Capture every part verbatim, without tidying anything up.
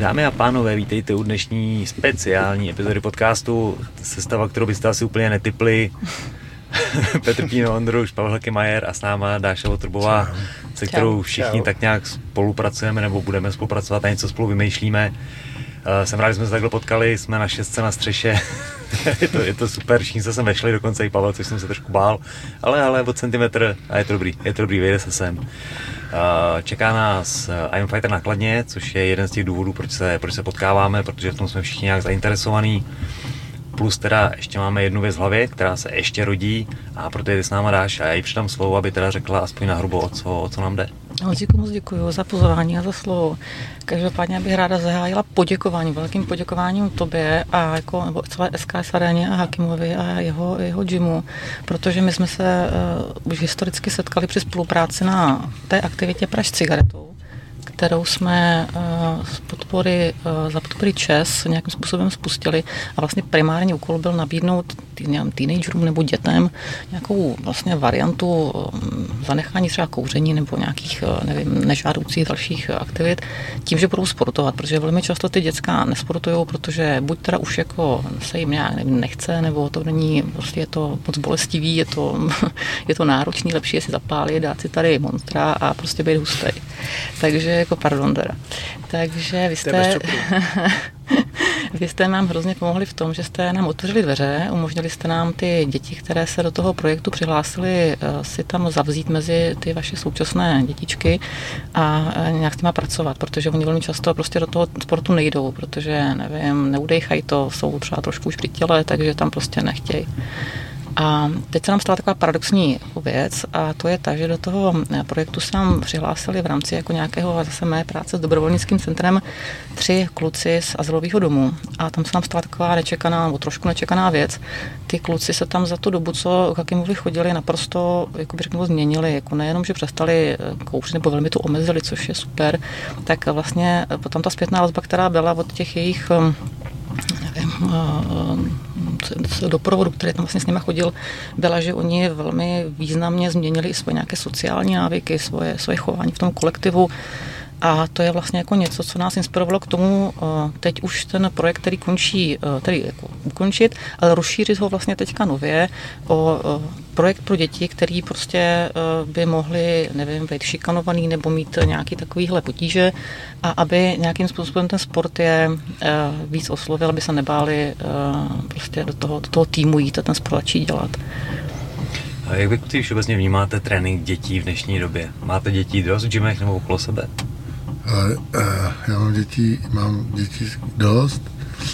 Dámy a pánové, vítejte u dnešní speciální epizody podcastu. Sestava, kterou byste asi úplně netipli. Petr Píno, Ondruš, Pavel Majer a s náma Dáša Votrbová, se kterou všichni Čau. tak nějak spolupracujeme nebo budeme spolupracovat a něco spolu vymýšlíme. Uh, jsem rád, že jsme se takhle potkali, jsme na šestce na střeše. je, to, je to super, všichni se sem vešli, dokonce i Pavel, což jsem se trošku bál, ale, ale o centimetr a je to dobrý, je to dobrý, vejde se sem. Uh, čeká nás I Am Fighter na Kladně, což je jeden z těch důvodů, proč se, proč se potkáváme, protože v tom jsme všichni nějak zainteresovaní. Plus teda ještě máme jednu věc v hlavě, která se ještě rodí a proto je s náma Dáš a já jí přidám slovo, aby teda řekla aspoň na hrubo, o co, o co nám jde. Honzíku, moc děkuji za pozvání a za slovo. Každopádně bych ráda zahájila poděkování, velkým poděkováním tobě a jako, nebo celé S K S aréně a Hakimovi a jeho, jeho gymu, protože my jsme se uh, už historicky setkali při spolupráci na té aktivitě Praž s cigaretou, kterou jsme uh, z podpory, uh, za podpory ČES nějakým způsobem spustili a vlastně primární úkol byl nabídnout teenagerům nebo dětem nějakou vlastně variantu um, zanechání třeba kouření nebo nějakých, uh, nevím, nežádoucích dalších aktivit tím, že budou sportovat, protože velmi často ty děcka nesportujou, protože buď teda už jako se jim nějak nevím, nechce, nebo to není, prostě je to moc bolestivý, je to, je to náročný, lepší je si zapálit, dát si tady monstra a prostě být hustej. Takže jako pardon teda. Takže vy jste, vy jste nám hrozně pomohli v tom, že jste nám otevřeli dveře, umožnili jste nám ty děti, které se do toho projektu přihlásily, si tam zavzít mezi ty vaše současné dětičky a nějak s těma pracovat, protože oni velmi často prostě do toho sportu nejdou, protože nevím, neudejchají to, jsou třeba trošku už při těle, takže tam prostě nechtějí. A teď se nám stala taková paradoxní věc a to je ta, že do toho projektu se nám přihlásili v rámci jako nějakého zase mé práce s dobrovolnickým centrem tři kluci z azylového domu a tam se nám stala taková nečekaná, nebo trošku nečekaná věc. Ty kluci se tam za tu dobu, co k Hakimovi chodili, naprosto, jako by řeknu, změnili, jako nejenom, že přestali kouřit nebo velmi to omezili, což je super, tak vlastně potom ta zpětná vazba, která byla od těch jejich nevím, doprovodu, který tam vlastně s nimi chodil, byla, že oni velmi významně změnili i svoje nějaké sociální návyky, svoje, svoje chování v tom kolektivu. A to je vlastně jako něco, co nás inspirovalo k tomu teď už ten projekt, který končí, tedy jako ukončit, ale rozšířit ho vlastně teďka nově o projekt pro děti, který prostě by mohli, nevím, být šikanovaný nebo mít nějaký takovýhle potíže a aby nějakým způsobem ten sport je víc oslovil, aby se nebáli prostě do toho, do toho týmu jít a ten sport začít dělat. A jak vy ty všeobecně vnímáte trénink dětí v dnešní době? Máte děti dost v gymech nebo okolo sebe? Já mám děti, mám děti dost,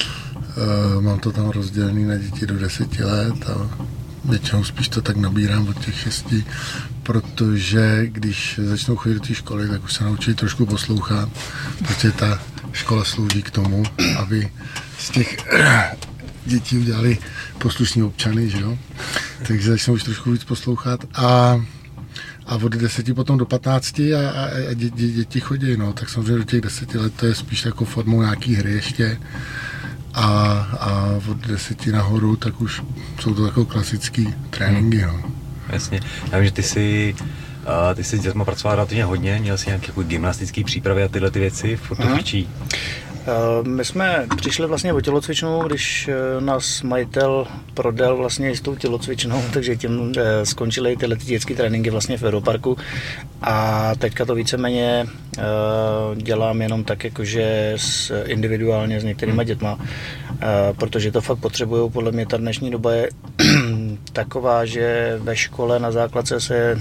mám to tam rozdělené na děti do deseti let a většinou spíš to tak nabírám od těch šesti, protože když začnou chodit do té školy, tak už se naučí trošku poslouchat, protože ta škola slouží k tomu, aby z těch dětí udělali poslušní občany, že jo? Takže začnou už trošku víc poslouchat a A od deseti potom do patnácti a, a, a dě, dě, děti chodí, no, tak samozřejmě do těch deseti let to je spíš jako formou nějaký hry ještě a, a od deseti nahoru tak už jsou to jako klasický tréninky, no. Jasně, já vím, že ty jsi, uh, ty jsi s dětma pracoval relativně hodně, měl jsi nějaké jako gymnastické přípravy a tyhle ty věci, furt to cvičí. My jsme přišli vlastně o tělocvičnou, když nás majitel prodal vlastně s tou tělocvičnou, takže tím skončily tyhle dětské tréninky vlastně v Europarku a teďka to víceméně dělám jenom tak jakože individuálně s některýma dětma, protože to fakt potřebuju. Podle mě ta dnešní doba je taková, že ve škole na základce se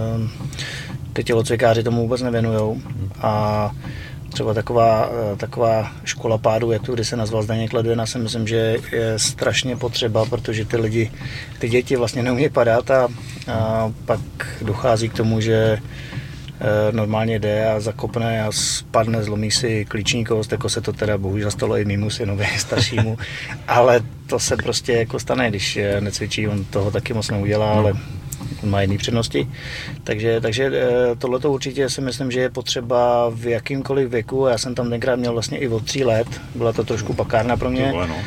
ty tělocvikáři tomu vůbec nevěnujou a třeba taková, taková škola pádu, jak to kdy se nazval Zdeněk Ledvina, si myslím, že je strašně potřeba, protože ty lidi, ty děti vlastně neumí padat a, a pak dochází k tomu, že e, normálně jde a zakopne a spadne, zlomí si klíční kost, jako se to teda bohužel stalo i mému synovi staršímu, ale to se prostě jako stane, když necvičí, on toho taky moc neudělá, ale má jiné přednosti. Takže, takže tohleto určitě si myslím, že je potřeba v jakýmkoliv věku. Já jsem tam tenkrát měl vlastně i od tří let. Byla to trošku pakárna pro mě.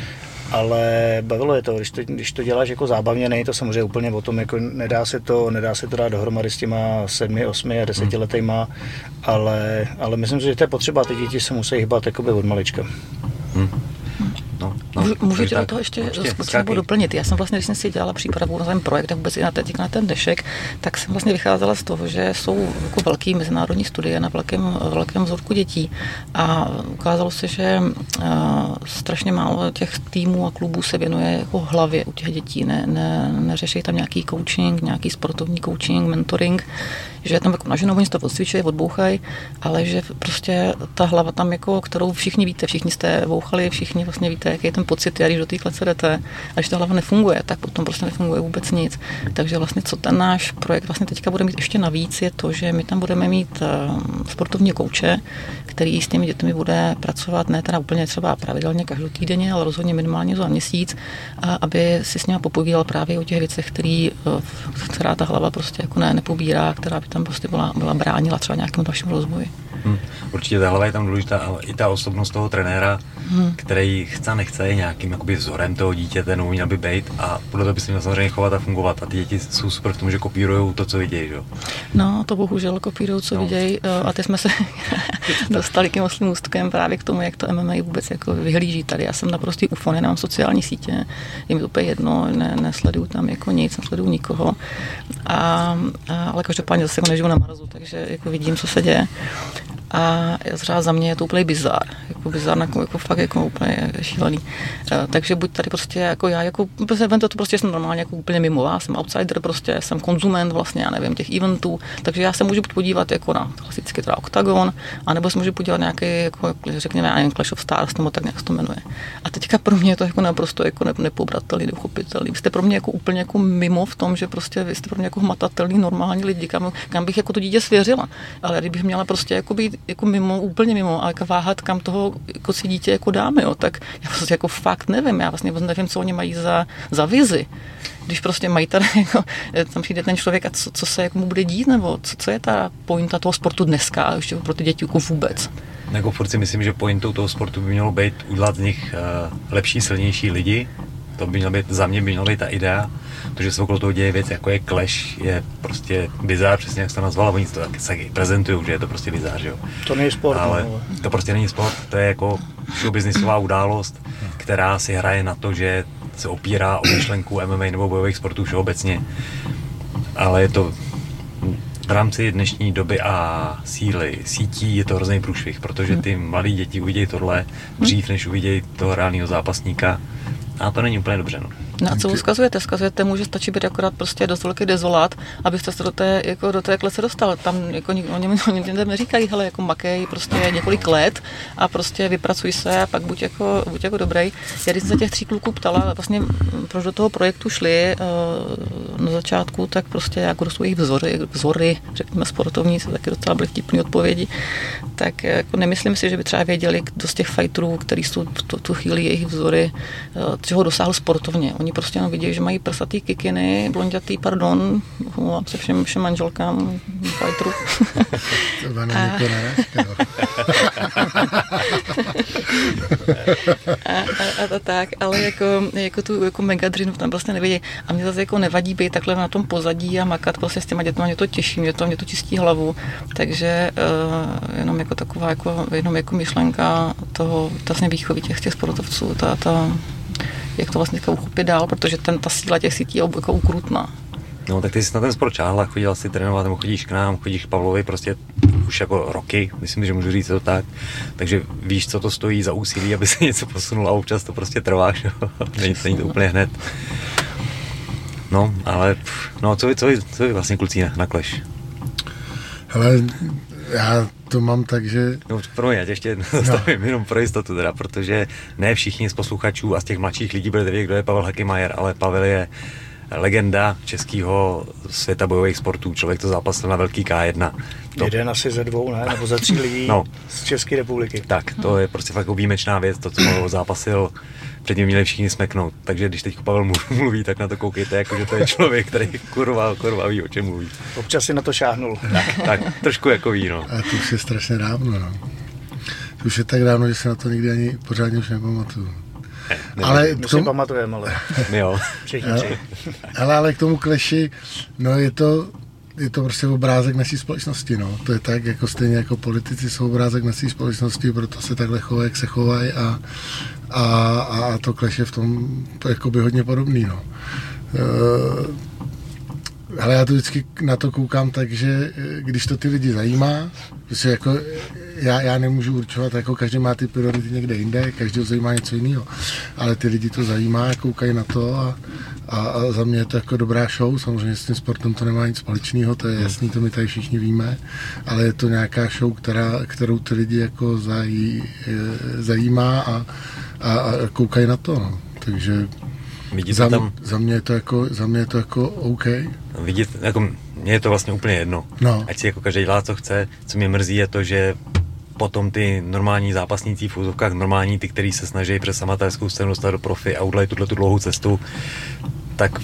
ale bavilo je to, když to, když to děláš jako zábavně, není to samozřejmě úplně o tom, jako nedá se to, nedá se to dát dohromady s těma sedmi, osmi a desetiletejma, ale, ale myslím si, že to je potřeba, ty děti se musí hýbat jakoby od malička. Hmm. No, no, můžu tě do toho ještě zkusím doplnit. Já jsem vlastně, když jsem si dělala přípravu na ten projekt a vůbec i na, teď, na ten dnešek, tak jsem vlastně vycházela z toho, že jsou jako velký mezinárodní studie na velkém, velkém vzorku dětí a ukázalo se, že uh, strašně málo těch týmů a klubů se věnuje jako hlavě u těch dětí. Ne, ne, neřeší tam nějaký coaching, nějaký sportovní coaching, mentoring, že tam jako naženou, oni to odcvičují, odbouchají, ale že prostě ta hlava tam, jako, kterou všichni víte, všichni jste bouchali, všichni vlastně víte, jaký je ten pocit, když do té klece jdete, a když ta hlava nefunguje, tak potom prostě nefunguje vůbec nic. Takže vlastně, co ten náš projekt vlastně teďka bude mít ještě navíc, je to, že my tam budeme mít sportovní kouče, který s těmi dětmi bude pracovat, ne teda úplně třeba pravidelně každotýdenně, ale rozhodně minimálně za měsíc, aby si s nimi popovídal právě o těch věcech, který, která ta hlava prostě jako ne, nepobírá, která by tam prostě byla, byla bránila třeba nějakému dalšímu rozvoji. Hmm. Určitě ta hlava je tam důležitá, ale i ta osobnost toho trenéra, hmm. který chce nechce je nějakým jakoby vzorem toho dítěte, no měl by být a podle toho by se měl samozřejmě chovat a fungovat. A ty děti jsou super v tom, že kopírujou to, co vidějí, jo? No, to bohužel kopírujou, co no. vidějí a teď jsme se dostali tím oslým ústkem právě k tomu, jak to M M A vůbec jako vyhlíží tady. Já jsem naprostý ufon, nemám sociální sítě, je mi to úplně jedno, ne, nesleduju tam jako nic, nesleduju nikoho. A, a, ale každopádně zase jako nežiju na Marsu, takže jako vidím, co se děje. A třeba za mě je to úplně bizár, jako bizár, jako, jako fakt jako úplně šílený. E, takže buď tady prostě jako já, jako to, to prostě jsem normálně jako úplně mimo, já jsem outsider, prostě jsem konzument vlastně, já nevím, těch eventů, takže já se můžu podívat jako na klasický teda Octagon, anebo se můžu podívat nějaký, jako řekněme, já nevím, Clash of Stars, nebo tak nějak se to jmenuje. A teďka pro mě je to jako naprosto jako nepobratelný, neuchopitelný. Vy jste pro mě jako úplně jako mimo v tom, že prostě vy jste pro mě jako hmatatelný, normální lidi, kam, kam bych jako to dítě svěřila. Ale kdybych měla prostě jako být jako mimo, úplně mimo, ale jako váhat, kam toho jako si dítě jako dáme, jo, tak já vlastně jako fakt nevím, já vlastně nevím, co oni mají za, za vizi. Když prostě mají tady, jako, tam přijde ten člověk a co, co se jako mu bude dít, nebo co, co je ta pointa toho sportu dneska a ještě pro ty děti jako vůbec? Jako furt si myslím, že pointou toho sportu by mělo být udělat z nich uh, lepší, silnější lidi. To by mělo být, za mě by měla být ta idea. To, že se okolo toho děje věc, jako je Clash, je prostě bizár, přesně jak jsi to nazval, a oni to taky prezentují, že je to prostě bizár, že jo. To není sport. Ale no. To prostě není sport, to je jako showbiznisová událost, která si hraje na to, že se opírá o myšlenku M M A nebo bojových sportů všeobecně. Ale je to v rámci dnešní doby a síly sítí je to hrozný průšvih, protože ty mladí děti uvidějí tohle dřív, než uvidějí toho reálného zápasníka. A to není úplně dobře, no. No a co vzkazujete? Vzkazujete mu, že stačí být akorát prostě dost velký dezolát, abyste se do té, jako do té klece dostal. Tam jako oni, oni neříkají, hele, jako makej prostě několik let a prostě vypracuj se a pak buď jako, buď jako dobrý. Já když jsem se těch tří kluků ptala, vlastně proč do toho projektu šli uh, na začátku, tak prostě jako jsou jejich vzory, vzory, řekněme sportovní, se taky docela byly vtipný odpovědi, tak jako nemyslím si, že by třeba věděli, kdo z těch fighterů, který jsou v tu, tu chvíli jejich vzory, uh, čeho dosáhl sportovně. Oni prostě jenom vidí, že mají prsatý kikiny, blondětý, pardon, mluvám se všem, všem manželkám fighterů. To a... a, a, a tak, ale jako, jako tu jako megadrinu tam prostě nevidí. A mě zase jako nevadí být takhle na tom pozadí a makat prostě s těma dětma, mě to těší, mě to, mě to čistí hlavu. Takže uh, jenom jako taková jako, jenom jako myšlenka toho vlastně výchovy těch, těch sportovců, ta, ta jak to vlastně uchopit dál, protože ten, ta síla těch sítí je jako ukrutná. No tak ty jsi na ten sport čáhla, chodila jsi trénovat, nebo chodíš k nám, chodíš k Pavlovi prostě už jako roky, myslím, že můžu říct to tak, takže víš, co to stojí za úsilí, aby se něco posunulo a občas to prostě trvá, že? není, není to úplně hned. No, ale no, co vy, co vy, co vy vlastně kluci na, na Clash? Hele, já to mám tak, že... No, pro mě, já tě ještě zastavím no. jenom pro jistotu teda, protože ne všichni z posluchačů a z těch mladších lidí budete vědět, kdo je Pavel Hacky-Mayer, ale Pavel je legenda českého světa bojových sportů. Člověk to zápasil na velký K jedna. To... Jeden asi ze dvou, ne? Nebo ze tří lidí no. z České republiky. Tak, to je prostě fakt výjimečná věc, to, co Pavel zápasil, před ním měli všichni smeknout. Takže když teď Pavel mluví, tak na to koukejte, jako že to je člověk, který kurva, kurva ví, o čem mluví. Občas si na to šáhnul. Tak, tak trošku jako ví, no. A to už je strašně dávno, no. To už je tak dávno, že se na to nikdy ani pořádně už nepamatuju. ale My tom... si pamatujeme, ale jo. všichni tři. Ale, ale k tomu Clashi, no je to, je to prostě obrázek naší společnosti, no. To je tak, jako stejně jako politici jsou obrázek naší společnosti, proto se takhle chovají, jak se chovají a, a, a to Clash je v tom jakoby hodně podobný, no. Uh, ale já to vždycky na to koukám tak, že když to ty lidi zajímá, že jako já, já nemůžu určovat, jako každý má ty priority někde jinde, každý zajímá něco jiného, ale ty lidi to zajímá, koukají na to a, a, a za mě je to jako dobrá show, samozřejmě s tím sportem to nemá nic společného, to je jasný, to my tady všichni víme, ale je to nějaká show, která, kterou ty lidi jako zají, zajímá a, a, a koukají na to, no. Takže za, tam, za, mě je to jako, za mě je to jako OK. Vidět, jako mně je to vlastně úplně jedno. No. Ať si jako každý dělá, co chce. Co mě mrzí, je to, že potom ty normální zápasníci v úzovkách, normální ty, kteří se snaží přes amatérskou scénu dostat do profi a udělají tuhle tu dlouhou cestu, tak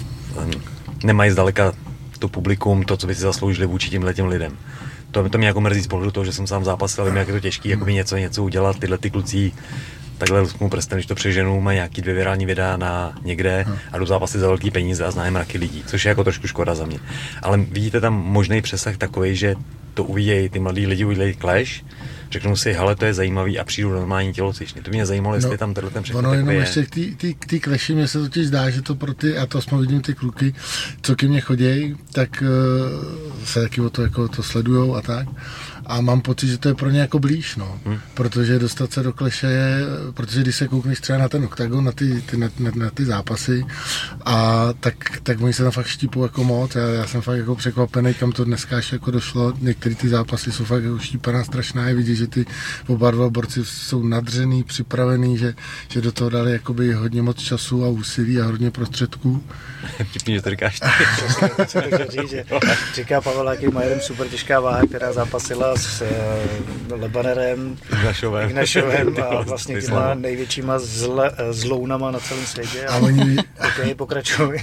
nemají zdaleka to publikum, to, co by si zasloužili vůči těmhletěm lidem. To, to mě jako mrzí z pohledu toho, že jsem sám zápasil, vím, jak je to těžký, jako by něco, něco udělat, tyhle ty kluci takhle lusknu prstem, když to přeženu, mají nějaký dvě virální videa na někde a jdou zápasy za velký peníze a znají mraky lidí, což je jako trošku škoda za mě. Ale vidíte tam možný přesah takový, že to uvidějí ty mladí lidi, uvidějí Clash, řeknou si, hele, to je zajímavý a přijdu normální tělocvičně. To by mě zajímalo, jestli no, tam tenhle ten přechod takový je. Ono jenom ještě k té Clashi, mně se totiž zdá, že to pro ty, a to aspoň vidím ty kluky, co ke mně chodějí, tak uh, se taky o to, jako, to sledujou a tak. A mám pocit, že to je pro ně jako blíž, no. Hmm. Protože dostat se do Clashe je, protože když se koukneš třeba na ten oktagon, na ty, ty, na, na, na ty zápasy, a tak, tak oni se tam fakt štípou jako moc. Já, já jsem fakt jako překvapený, kam to dneska ještě jako došlo. Některé ty zápasy jsou fakt jako štípaná strašná, je vidět, že ty oba dva borci jsou nadřený, připravený, že, že do toho dali jakoby hodně moc času a úsilí a hodně prostředků. Vtipný, že to říkáš ty. říct, že říká Pavel, jaký Majerem super těžká váha, která zápasila s uh, Lebanerem, Ignašovem, Ignašovem a vlastně těma největšíma zle, zlounama na celém světě. A, a oni okay, pokračují.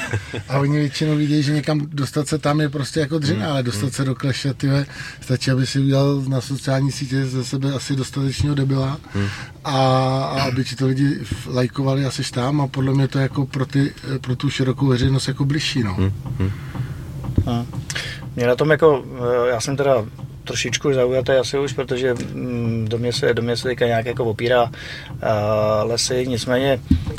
A oni většinou vidějí, že někam dostat se tam je prostě jako dřina, ale dostat se do Clashe, tyhle, stačí, aby si udělal na sociální sítě ze sebe asi dostatečného debila a, a aby ti to lidi lajkovali a seš tam a podle mě to jako pro, ty, pro tu širokou veřejnost jako bližší, no. Hmm. Hmm. A mě na tom jako, já jsem teda trošičku zaujatý asi už, protože do mě se, do mě se teďka nějak jako opírá uh, lesy, nicméně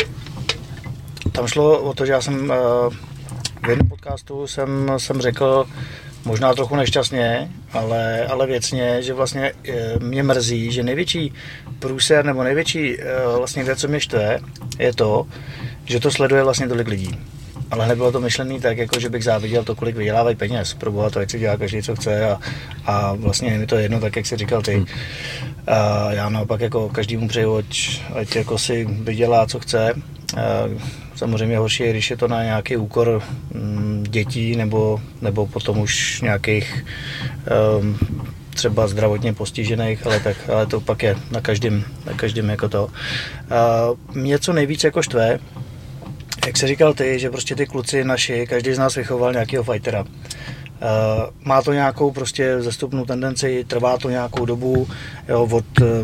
tam šlo o to, že já jsem uh, v jednom podcastu jsem, jsem řekl, možná trochu nešťastně, ale, ale věcně, že vlastně mě mrzí, že největší průser nebo největší uh, vlastně věc, co mě štve, je to, že to sleduje vlastně tolik lidí. Ale nebylo to myšlený tak, jako že bych záviděl to, kolik vydělávají peněz. Proboha to, ať si dělá každý, co chce a, a vlastně je mi to jedno, tak jak jsi říkal ty. A já naopak jako každému přeju, ať, ať jako si vydělá, co chce. A samozřejmě horší je, když je to na nějaký úkor m, dětí nebo, nebo potom už nějakých um, třeba zdravotně postižených, ale, tak, ale to pak je na každém, na každém jako to. A mě co nejvíc jako štve, jak jsi říkal ty, že prostě ty kluci naši, každý z nás vychoval nějakého fightera. Uh, má to nějakou prostě zastupnou tendenci, trvá to nějakou dobu, jo, od uh,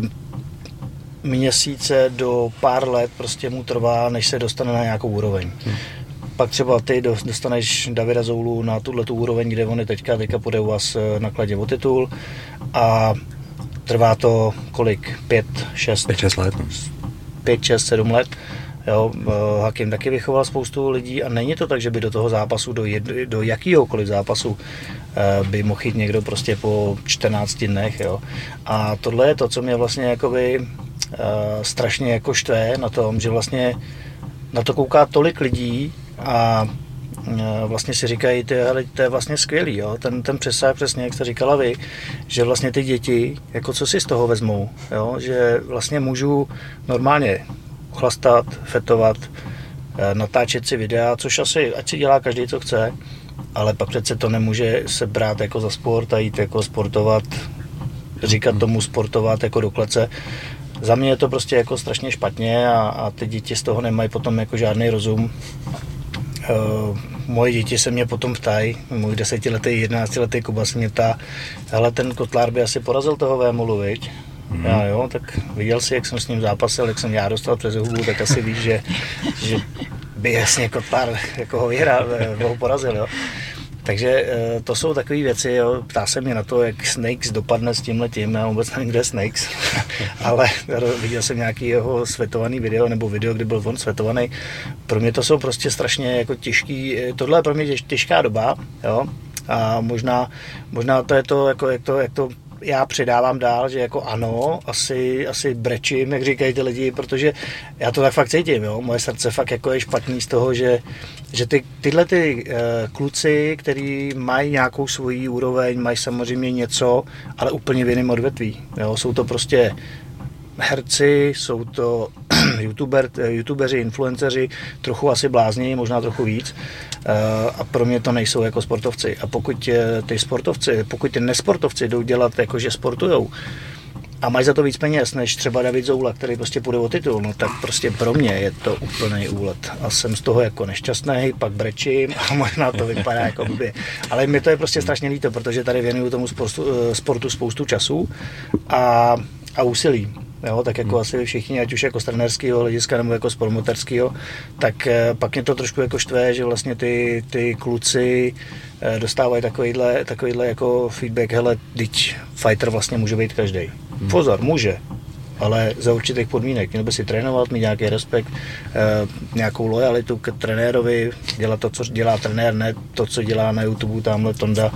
měsíce do pár let prostě mu trvá, než se dostane na nějakou úroveň. Hmm. Pak třeba ty dostaneš Davida Zoulu na tuhletu úroveň, kde on je teďka, teďka půjde u vás na kladě o titul a trvá to kolik? Pět, šest? Pět, šest let. Pět, šest, sedm let. Jo, Hakim taky vychoval spoustu lidí a není to tak, že by do toho zápasu, do, jed, do jakýhokoliv zápasu by mohl jít někdo prostě po čtrnácti dnech, jo. A tohle je to, co mě vlastně jakoby uh, strašně jako štve na tom, že vlastně na to kouká tolik lidí a uh, vlastně si říkají, ty, hele, to je vlastně skvělý, jo. Ten, ten přesah přesně, jak jste říkala vy, že vlastně ty děti, jako co si z toho vezmou, jo, že vlastně můžu normálně chlastat, fetovat, natáčet si videa, což asi, ať si dělá každý, co chce, ale pak přece to nemůže se brát jako za sport a jít jako sportovat, říkat tomu sportovat jako do klece. Za mě je to prostě jako strašně špatně a, a ty děti z toho nemají potom jako žádný rozum. Uh, moje děti se mě potom ptají, můj desetiletý, jedenáctiletý Kuba se mě ptá, hele, ten Kotlár by asi porazil toho Vémolu, viď? Hmm. Já jo, tak viděl jsi, jak jsem s ním zápasil, jak jsem já dostal přes hubu, tak asi víš, že, že by jasně Kotlar jako ho vyhrál, ho porazil, jo. Takže to jsou takové věci, jo. Ptá se mě na to, jak Snakes dopadne s tímhletím, já vůbec nevím, kde je Snakes, ale viděl jsem nějaký jeho světovaný video, nebo video, kdy byl on světovaný. Pro mě to jsou prostě strašně jako těžký, tohle je pro mě těžká doba, jo. A možná, možná to je to, jako, jak to, jak to já předávám dál, že jako ano, asi, asi brečím, jak říkají ty lidi, protože já to tak fakt cítím, jo. Moje srdce fakt jako je špatný z toho, že, že ty, tyhle ty uh, kluci, který mají nějakou svoji úroveň, mají samozřejmě něco, ale úplně v jiném odvětví, jo. Jsou to prostě herci, jsou to YouTuber, youtubeři, influenceři, trochu asi blázni, možná trochu víc. A pro mě to nejsou jako sportovci. A pokud ty sportovci, pokud ty nesportovci jdou dělat jako, že sportujou a mají za to víc peněz, než třeba David Zoula, který prostě půjde o titul, no tak prostě pro mě je to úplný úlet. A jsem z toho jako nešťastný, pak brečím a možná to vypadá jako blbě. Ale mi to je prostě strašně líto, protože tady věnuju tomu sportu, sportu spoustu času a, a úsilí. Jo, tak jako hmm. asi všichni, ať už jako z trenérského hlediska nebo jako z promoterského, tak eh, pak mě to trošku jako štve, že vlastně ty, ty kluci eh, dostávají takovýhle, takovýhle jako feedback, hele, teď fighter vlastně může být každý. Hmm. Pozor, může, ale za určitých podmínek. Měl by si trénovat, mít nějaký respekt, eh, nějakou lojalitu k trenérovi, dělat to, co dělá trenér, ne to, co dělá na YouTube tamhle Tonda,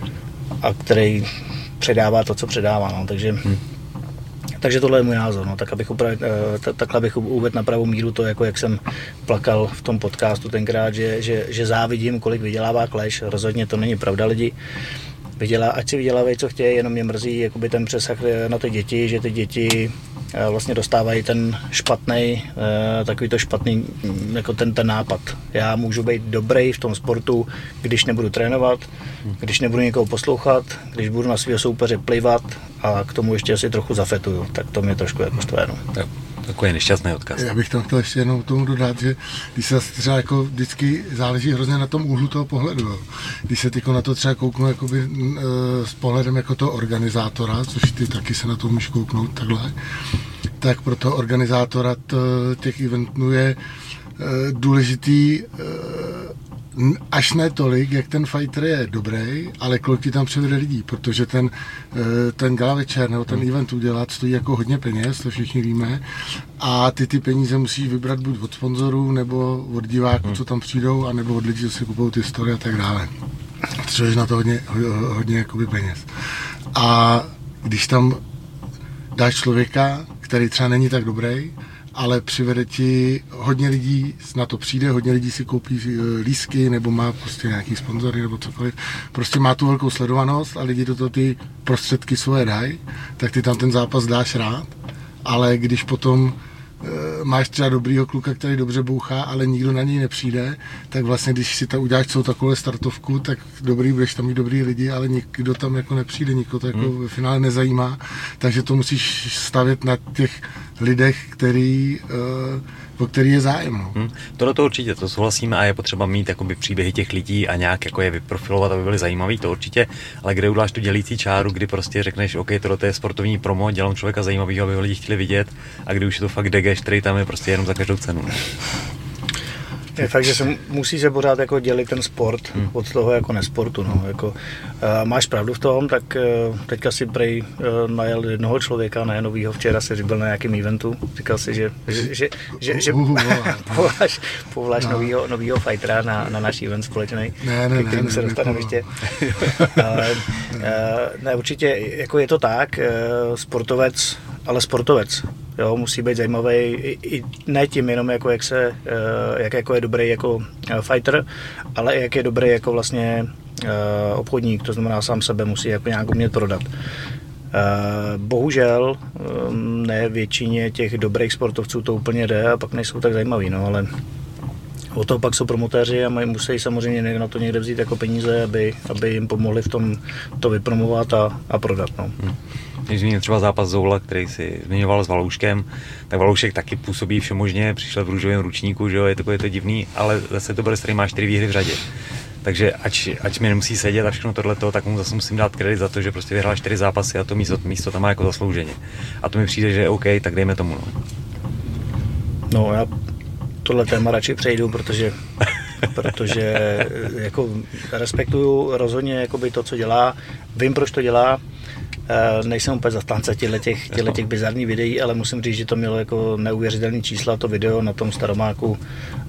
a který předává to, co předává. No. Takže hmm. Takže tohle je můj názor, no, tak abych upravit, t- takhle bych uvedl na pravou míru to, jako jak jsem plakal v tom podcastu tenkrát, že, že, že závidím, kolik vydělává Clash, rozhodně to není pravda lidi. Vydělá, ať si vydělávají, co chtějí, jenom mě mrzí jakoby ten přesah na ty děti, že ty děti vlastně dostávají ten špatný, takový to špatný, jako ten, ten nápad. Já můžu být dobrý v tom sportu, když nebudu trénovat, když nebudu někoho poslouchat, když budu na svého soupeře plivat a k tomu ještě asi trochu zafetuju, tak to mě trošku jako štve. No. Takový nešťastný odkaz. Já bych tam chtěl ještě jenom tomu dodat, že když se třeba jako vždycky záleží hrozně na tom úhlu toho pohledu. Jo. Když se tyko na to třeba kouknu jakoby, e, s pohledem jako toho organizátora, což ty taky se na to můžeš kouknout takhle, tak pro toho organizátora t, těch eventů je e, důležitý e, až ne tolik, jak ten fighter je dobrý, ale kolik ti tam přivede lidí, protože ten, ten gala večer nebo ten event udělat stojí jako hodně peněz, to všichni víme, a ty ty peníze musíš vybrat buď od sponzorů, nebo od diváků, co tam přijdou, a nebo od lidí, co si kupují ty story a tak dále. Potřebuješ na to hodně, hodně jakoby peněz. A když tam dáš člověka, který třeba není tak dobrý, ale přivede ti, hodně lidí na to přijde, hodně lidí si koupí lístky nebo má prostě nějaký sponzory nebo cokoliv. Prostě má tu velkou sledovanost a lidi do toho ty prostředky svoje dají, tak ty tam ten zápas dáš rád, ale když potom e, máš třeba dobrýho kluka, který dobře bouchá, ale nikdo na něj nepřijde, tak vlastně když si tam uděláš celou takovou startovku, tak dobrý, budeš tam mít dobrý lidi, ale nikdo tam jako nepřijde, nikoho to jako hmm. ve finále nezajímá, takže to musíš stavět na těch lidech, který, uh, o který je zájem. No. Hmm. Tohle to určitě, to souhlasíme, a je potřeba mít jakoby příběhy těch lidí a nějak jako je vyprofilovat, aby byly zajímavý, to určitě, ale kde uděláš tu dělící čáru, kdy prostě řekneš, OK, tohle je sportovní promo, dělám člověka zajímavého, aby ho lidi chtěli vidět, a kdy už je to fakt degeš, který tam je prostě jenom za každou cenu. Je fakt, že se musí se pořád jako dělit ten sport hmm. od toho jako nesportu. No. Jako, uh, máš pravdu v tom, tak uh, teďka si prej uh, najel jednoho člověka, ne novýho, včera si byl na nějakém eventu, říkal si, že, že, že, že, že povoláš, povoláš no. novýho, novýho fightera na, na náš event společný, ne, ne, kterým ne, se ne, dostaneme ještě. Ale, uh, ne, určitě, jako je to tak, uh, sportovec, ale sportovec. Jo, musí být zajímavý i, i ne tím jenom jako jak se, jak jako je dobrý jako fighter, ale i jak je dobrý jako vlastně obchodník, to znamená sám sebe musí jako nějak umět prodat. Bohužel ne většině těch dobrých sportovců to úplně jde a pak nejsou tak zajímaví, no, ale o to pak jsou promotéři a mají, musí samozřejmě na to někde vzít jako peníze, aby, aby jim pomohli v tom to vypromovat a, a prodat. No. Hmm. Když zmínil třeba zápas Zoula, který si zmiňoval s Valouškem, tak Valoušek taky působí všemožně, přišel v růžovém ručníku, že jo, je to, je to divný, ale zase to bude, který má čtyři výhry v řadě. Takže ať, ať mi nemusí sedět a všechno tohleto, tak mu zase musím dát kredit za to, že prostě vyhrál čtyři zápasy a to místo, místo tam má jako zaslouženě. A to mi přijde, že je OK, tak dejme tomu. No, no já tohle téma radši přejdu, protože, protože jako respektuju rozhodně jakoby to, co dělá, vím, proč to dělá. Nejsem úplně zastánce těch, těch bizarních videí, ale musím říct, že to mělo jako neuvěřitelné čísla, to video na tom Staromáku.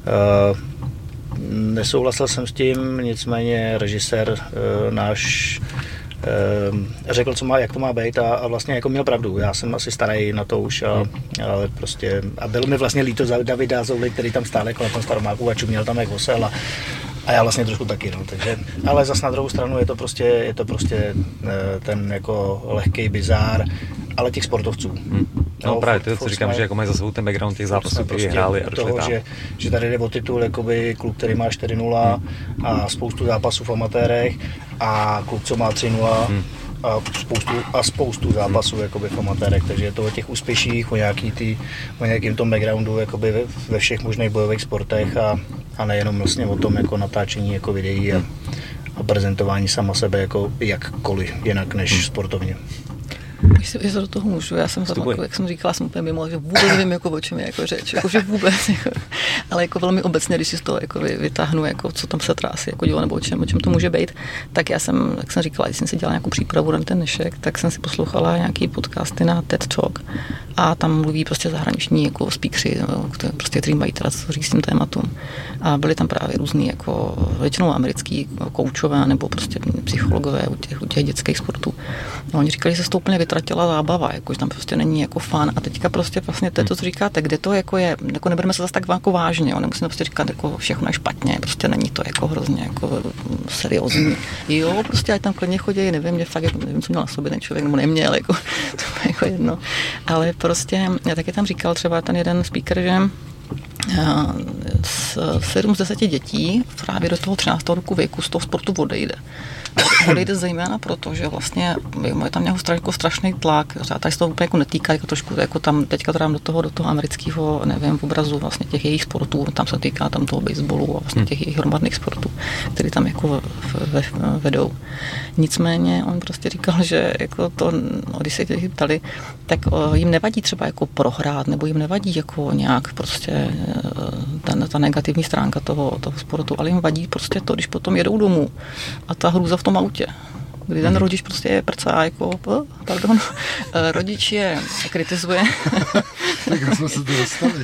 Nesouhlasil jsem s tím, nicméně režisér náš řekl, co má, jak to má být a, a vlastně jako měl pravdu. Já jsem asi starý na to už, a, ale prostě a bylo mi vlastně líto za Davida Zouly, který tam stál jako na tom Staromáku a čuměl tam jak osel a, a já vlastně trošku taky, no, takže, ale zas na druhou stranu je to prostě, je to prostě ten jako lehkej bizár, ale těch sportovců. Hmm. No, no právě to, co říkám, jsme, že jako mají za sebou ten background těch zápasů, který prostě hráli a toho, že, že tady jde o titul, jakoby klub, který má čtyři nula hmm. a spoustu zápasů v amatérech a klub, co má tři nula hmm. a spoustu, a spoustu zápasů hmm. jakoby v amatérech, takže je to o těch úspěších, o, nějaký tý, o nějakým tom backgroundu jakoby ve, ve všech možných bojových sportech a, a nejenom vlastně o tom jako natáčení jako videí a, a prezentování sama sebe jako jakkoliv jinak než hmm. sportovně. Když se do toho můžu, já jsem tam, jako, jak jsem říkala, jsem úplně mimo, že vůbec nevím, jako, o čem je jako řeč, jako, že vůbec, jako, ale jako velmi obecně, když si z toho jako, vytáhnu, jako, co tam se trásí, jako dělo, nebo o čem, o čem to může být, tak já jsem, jak jsem říkala, když jsem si dělala nějakou přípravu na ten dnešek, tak jsem si poslouchala nějaký podcasty na TED Talk a tam mluví prostě zahraniční jako speakři, prostě, kteří mají teda co říct s tím tématům. A byli tam právě různý, jako většinou americký koučové nebo prostě psychologové u těch, u těch dětských sportů. No, oni říkali, že se to úplně vytratila zábava, jako, že tam prostě není jako fun. A teďka prostě vlastně to, co říkáte, kde to jako je, jako nebereme se zase tak jako vážně, jo, nemusíme prostě říkat, jako všechno je špatně, prostě není to jako hrozně jako seriózní. Jo, prostě ať tam klidně chodí, nevím, mě fakt, jako, nevím, co měl na sobě ten člověk, nebo neměl, jako, to je jako jedno. Ale prostě, já taky tam říkal třeba ten jeden speaker, že sedm z deseti dětí právě do toho třináctého roku věku z toho sportu odejde. Odejde zejména proto, že vlastně je tam nějaký jako strašný tlak, a tady se to úplně jako netýká, jako trošku jako tam teďka dám do toho, do toho amerického, nevím, obrazu vlastně těch jejich sportů, tam se týká tam toho baseballu a vlastně těch jejich hromadných sportů, který tam jako vedou. Nicméně on prostě říkal, že jako to, když se těch ptali, tak jim nevadí třeba jako prohrát, nebo jim nevadí jako nějak prostě ta, ta negativní stránka toho, toho sportu, ale jim vadí prostě to, když potom jedou domů a ta hrůza v tom autě, kdy ten rodič prostě je prcá, jako, pardon, rodič je kritizuje. Tak jsme se to dostali.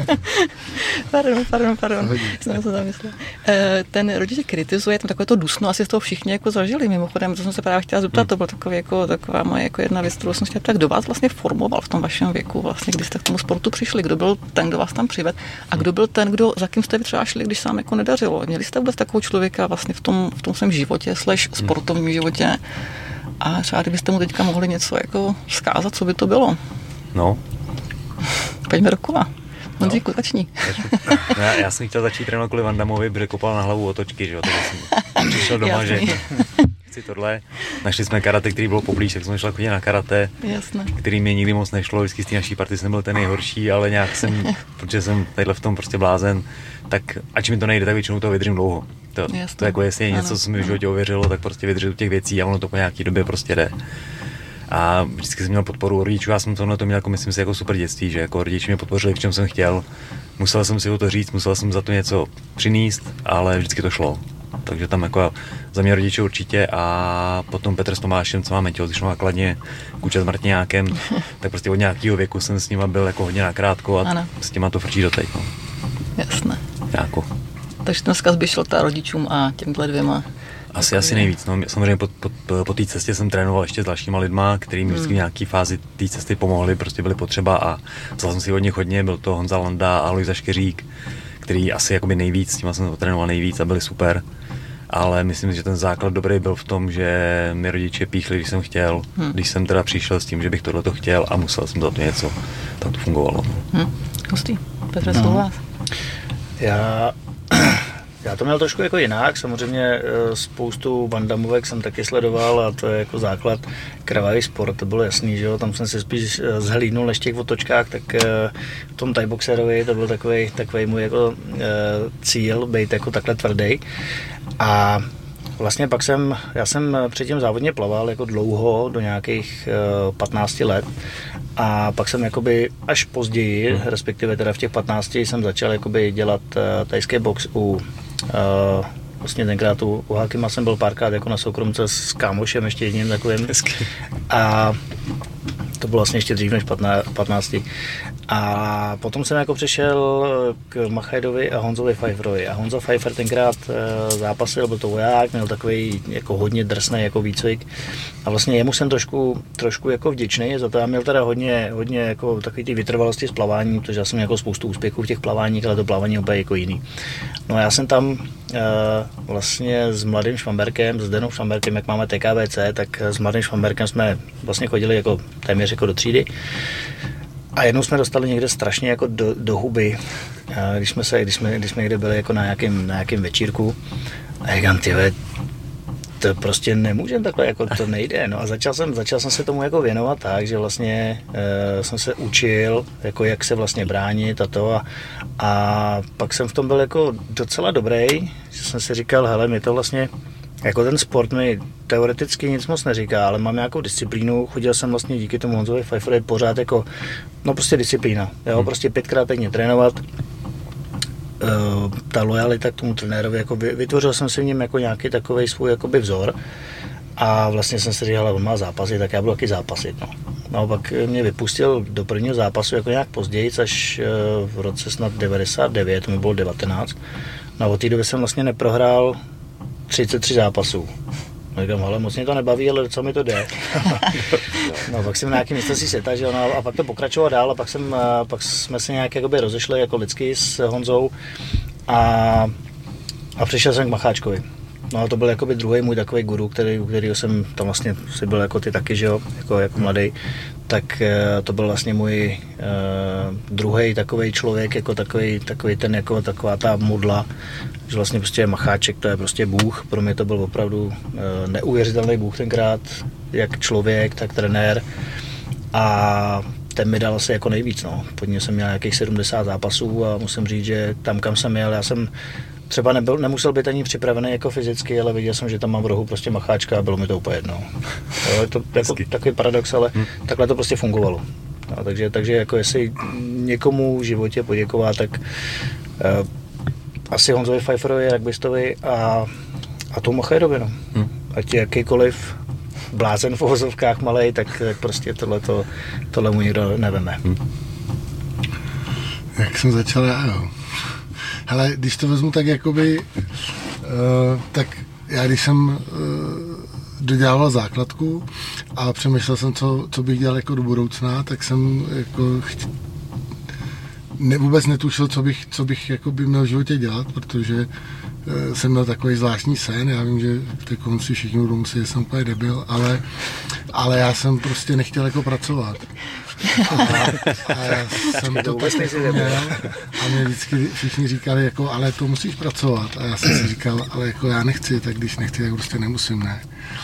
Pardon, pardon, pardon, jsem se zamyslela. Ten rodič je kritizuje, tam takové to dusno, asi z toho všichni jako zažili, mimochodem, to jsem se právě chtěla zeptat, to byla takový, jako, taková moje jako jedna věc, kterou jsem chtěla, tak kdo vás vlastně formoval v tom vašem věku, vlastně, když jste k tomu sportu přišli, kdo byl ten, kdo vás tam přived a kdo byl ten, kdo, za kým jste třeba šli, když se vám jako nedařilo. Měli jste vůbec takového člověka vlastně v tom, v tom svém životě, slash sportovním životě, a třeba kdybyste mu teďka mohli něco jako vzkázat, co by to bylo? No. Pojďme do kola. Honzíku, no. Začni. Já, já jsem chtěl začít trénovat kvůli Van Dammovi, protože kopal na hlavu otočky, že jo, takže jsem přišel doma, že chci tohle. Našli jsme karate, který bylo poblíž, tak jsme šli chodit na karate, Jasné. Který mě nikdy moc nešlo, vždycky z té naší party jsem byl ten nejhorší, ale nějak jsem, protože jsem tadyhle v tom prostě blázen, tak ač mi to nejde, tak většinou to vydržím dlouho. To, to jako jestli je něco, co mi v životě ověřilo, tak prostě vydržet u těch věcí a ono to po nějaký době prostě jde. A vždycky jsem měl podporu rodičů, já jsem tohle to měl jako, myslím si, jako super dětství, že jako rodiči mě podpořili, v čem jsem chtěl. Musel jsem si o to říct, musel jsem za to něco přinést, ale vždycky to šlo. Takže tam jako za mě rodiče určitě a potom Petr s Tomášem, co máme tělocvičnou základně, Kuča s Martiňákem, tak prostě od nějakého věku jsem s nima byl jako hodně nakrátko a ano. S těma to frčí doteď. No. Jasné. Jako. Takže dneska by šlo ta rodičům a těmhle dvěma. Asi, jako asi nejvíc. No. Samozřejmě po, po, po té cestě jsem trénoval ještě s dalšíma lidma, který mi vždycky v nějaké fázi té cesty pomohli, prostě byly potřeba a vzal jsem si od nich hodně, byl to Honza Landa a Luisa Škeřík, který asi jakoby nejvíc, s těma jsem trénoval nejvíc a byli super. Ale myslím, že ten základ dobrý byl v tom, že mi rodiče píchli, když jsem chtěl, hmm. když jsem teda přišel s tím, že bych tohleto chtěl a musel jsem za to něco, tak to fungovalo. Hmm. Hustý. Petře, no. Vás. Já... Já to měl trošku jako jinak, samozřejmě spoustu Van Dammovek jsem taky sledoval a to je jako základ krvavý sport, to bylo jasný, že jo, tam jsem si spíš zhlídnul než v těch otočkách, tak v tom thaiboxerovi to byl takový, takový můj jako cíl, být jako takhle tvrdý. A vlastně pak jsem, já jsem předtím závodně plaval jako dlouho, do nějakých uh, patnácti let. A pak jsem jakoby až později, hmm. respektive teda v těch patnácti jsem začal jakoby dělat uh, tajský box u uh, vlastně tenkrát u, u Hakima jsem byl párkrát jako na soukromce s kámošem, ještě jedním takovým. Hezky. A to bylo vlastně ještě dřív než patnácti. A potom jsem jako přešel k Machajdovi a Honzovi Pfeifferovi. A Honzo Pfeiffer tenkrát zápasil, byl to voják, měl takový jako hodně drsný jako výcvik. A vlastně jemu jsem trošku, trošku jako vděčný za to. Já měl teda hodně, hodně jako takový ty vytrvalosti z plavání, protože já jsem měl jako spoustu úspěchů v těch plaváních, ale to plavání úplně jako jiný. No a já jsem tam vlastně s mladým Švamberkem, s Denou Švamberkem, jak máme T K V C, tak s mladým Švamberkem jsme vlastně chodili jako téměř jako do třídy. A jednou jsme dostali někde strašně jako do, do huby, když jsme, se, když, jsme, když jsme někde byli jako na nějakém, na nějakém večírku. A říkám, tyhle, to prostě nemůžem takhle, jako to nejde. No a začal jsem, začal jsem se tomu jako věnovat tak, že vlastně e, jsem se učil, jako jak se vlastně bránit a to. A, a pak jsem v tom byl jako docela dobrý, že jsem si říkal, hele, mi to vlastně jako ten sport mi teoreticky nic moc neříká, ale mám nějakou disciplínu, chodil jsem vlastně díky tomu Honzovi Pfeifferovi pořád jako, no prostě disciplína, jo, hmm. prostě pětkrát týdně trénovat, uh, ta lojalita k tomu trenérovi, jako vytvořil jsem si v něm jako nějaký takovej svůj jakoby vzor a vlastně jsem si říkal, on má zápasy, tak já budu taky zápasit, no. No pak mě vypustil do prvního zápasu jako nějak později, až uh, v roce snad devadesát devět, to mi bylo devatenáct, no od té doby jsem vlastně neprohrál třicet tři zápasů. No říkám, ale moc mě to nebaví, ale co mi to jde. No pak jsem na nějaký místo si setažil, no, a pak to pokračovalo dál a pak, jsem, pak jsme se nějak jakoby rozešli jako lidsky s Honzou a, a přišel jsem k Macháčkovi. No a to byl jakoby druhý můj takový guru, který, kterýho jsem tam vlastně si byl jako ty taky, že jo, jako, jako mladý. Tak to byl vlastně můj uh, druhý takový člověk, jako takový, takový ten, jako taková ta modla, že vlastně prostě Macháček, to je prostě bůh, pro mě to byl opravdu uh, neuvěřitelný bůh tenkrát, jak člověk, tak trenér a ten mi dal asi jako nejvíc, no. Pod něm jsem měl nějakých sedmdesát zápasů a musím říct, že tam, kam jsem jel, já jsem třeba nebyl, nemusel být ani připravený jako fyzicky, ale viděl jsem, že tam mám v rohu prostě Macháčka a bylo mi to úplně jedno. Jo, je to jako takový paradox, ale hmm. takhle to prostě fungovalo. No, takže, takže jako jestli někomu v životě poděkovat, tak uh, asi Honzovi Pfeifferovi, rugbystovi a, a tomu Machajdovi. No. Hmm. Ať je jakýkoliv blázen v uvozovkách malej, tak, tak prostě tohleto, tohle mu nikdo neveme. Hmm. Jak jsem začal já, jo. Hele, když to vezmu tak jakoby, uh, tak já když jsem uh, dodělával základku a přemýšlel jsem, co, co bych dělal jako do budoucna, tak jsem jako chtě, ne, vůbec netušil, co bych, co bych jakoby měl v životě dělat, protože uh, jsem měl takový zvláštní sen, já vím, že v té konci všichni budou myslet, že jsem úplně debil, ale, ale já jsem prostě nechtěl jako pracovat. A, a já jsem to tak měl a mě vždycky všichni říkali, jako, ale to musíš pracovat. A já jsem si říkal, ale jako já nechci, tak když nechci, tak prostě nemusím, ne.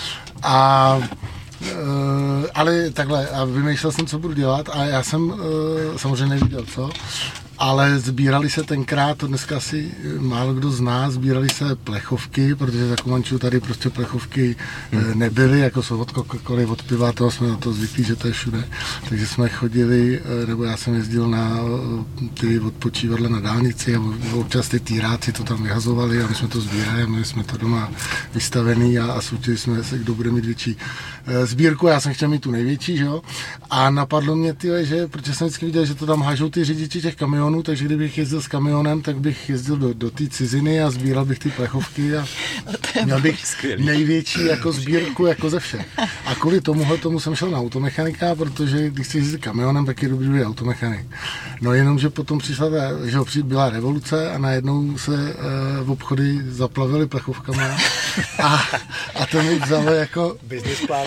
A Uh, ale takhle, a vymýšlel jsem, co budu dělat a já jsem uh, samozřejmě neviděl, co, ale sbírali se tenkrát, to dneska asi málo kdo zná, sbírali se plechovky, protože za Kumančů tady prostě plechovky hmm. nebyly, jako jsou od Coca-Coly, od piva, toho jsme na to zvyklí, že to je všude, takže jsme chodili, nebo já jsem jezdil na ty odpočívadla na dálnici a občas ty týráci to tam vyhazovali a my jsme to sbírali a my jsme to doma vystavený a, a soutěžili jsme se, kdo bude mít větší sbírku, já jsem chtěl mít tu největší, že jo, a napadlo mě, tyhle, že, protože jsem vždycky viděl, že to tam hážou ty řidiči těch kamionů, takže kdybych jezdil s kamionem, tak bych jezdil do, do té ciziny a sbíral bych ty plechovky a měl bych největší jako sbírku jako ze všech. A kvůli tomuhle tomu jsem šel na automechanika, protože když chci jezdit kamionem, tak je dobrý být automechanik. No jenom, že potom přišla, že byla revoluce a najednou se uh, obchody zaplavily plechovkama a, a to mi vzalo jako business plán.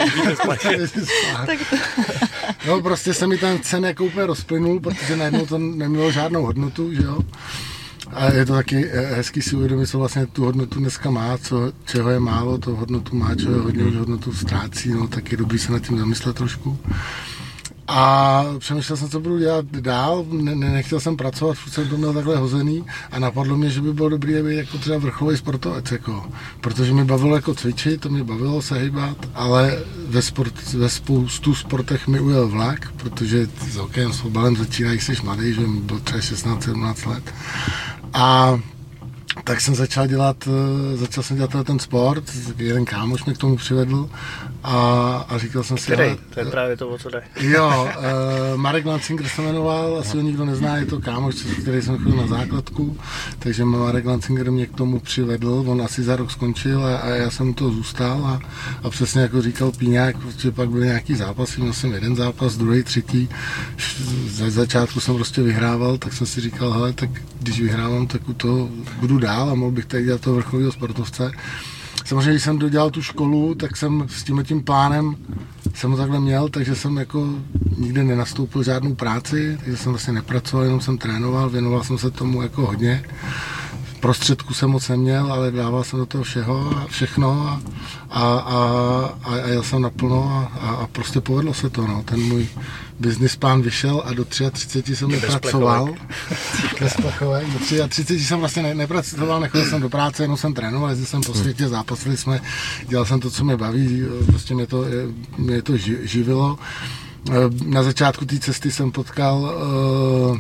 No prostě se mi ten cen jako úplně rozplynul, protože najednou to nemělo žádnou hodnotu, že jo. A je to taky hezký si uvědomit, co vlastně tu hodnotu dneska má, co, čeho je málo, to hodnotu má, čeho je hodně, hodnotu ztrácí, no tak je dobrý se nad tím zamyslet trošku. A přemýšlel jsem, co budu dělat dál, ne, nechtěl jsem pracovat, furt jsem to měl takhle hozený a napadlo mě, že by bylo dobré být jako třeba vrcholový sportovec, jako, protože mi bavilo jako cvičit, to mě bavilo se hýbat, ale ve, sport, ve spoustu sportech mi ujel vlak, protože s hokejem, s fotbalem začínají, jsi mladý, že mi bylo třeba šestnáct sedmnáct let. A tak jsem začal dělat, začal jsem dělat ten sport, jeden kámoš mě k tomu přivedl a, a říkal jsem si... Který? To je právě to, o co jde. Jo, uh, Marek Lancinger se jmenoval, asi ho nikdo nezná, je to kámoš, který jsem chodil na základku, takže Marek Lancinger mě k tomu přivedl, on asi za rok skončil a, a já jsem u toho zůstal a, a přesně jako říkal Píňák, protože pak byl nějaký zápas, měl jsem jeden zápas, druhý, třetí, za začátku jsem prostě vyhrával, tak jsem si říkal, hele, tak když vyhrávám, tak u toho budu dál a mohl bych tady dělat toho vrcholového sportovce. Samozřejmě, když jsem dodělal tu školu, tak jsem s tímhletím plánem jsem ho takhle měl, takže jsem jako nikdy nenastoupil žádnou práci, takže jsem vlastně nepracoval, jenom jsem trénoval, věnoval jsem se tomu jako hodně. Prostředku jsem moc neměl, ale dával jsem do toho všeho a všechno a, a, a, a jel jsem naplno a, a prostě povedlo se to. No. Ten můj business plán vyšel a do třiceti tří jsem nepracoval. Bez plechovek. Do třiceti tří jsem vlastně ne, nepracoval, nechodil jsem do práce, jenom jsem trénoval, jezdil jsem po světě, zápasili jsme, dělal jsem to, co mě baví, prostě mě to, mě to živilo. Na začátku té cesty jsem potkal uh,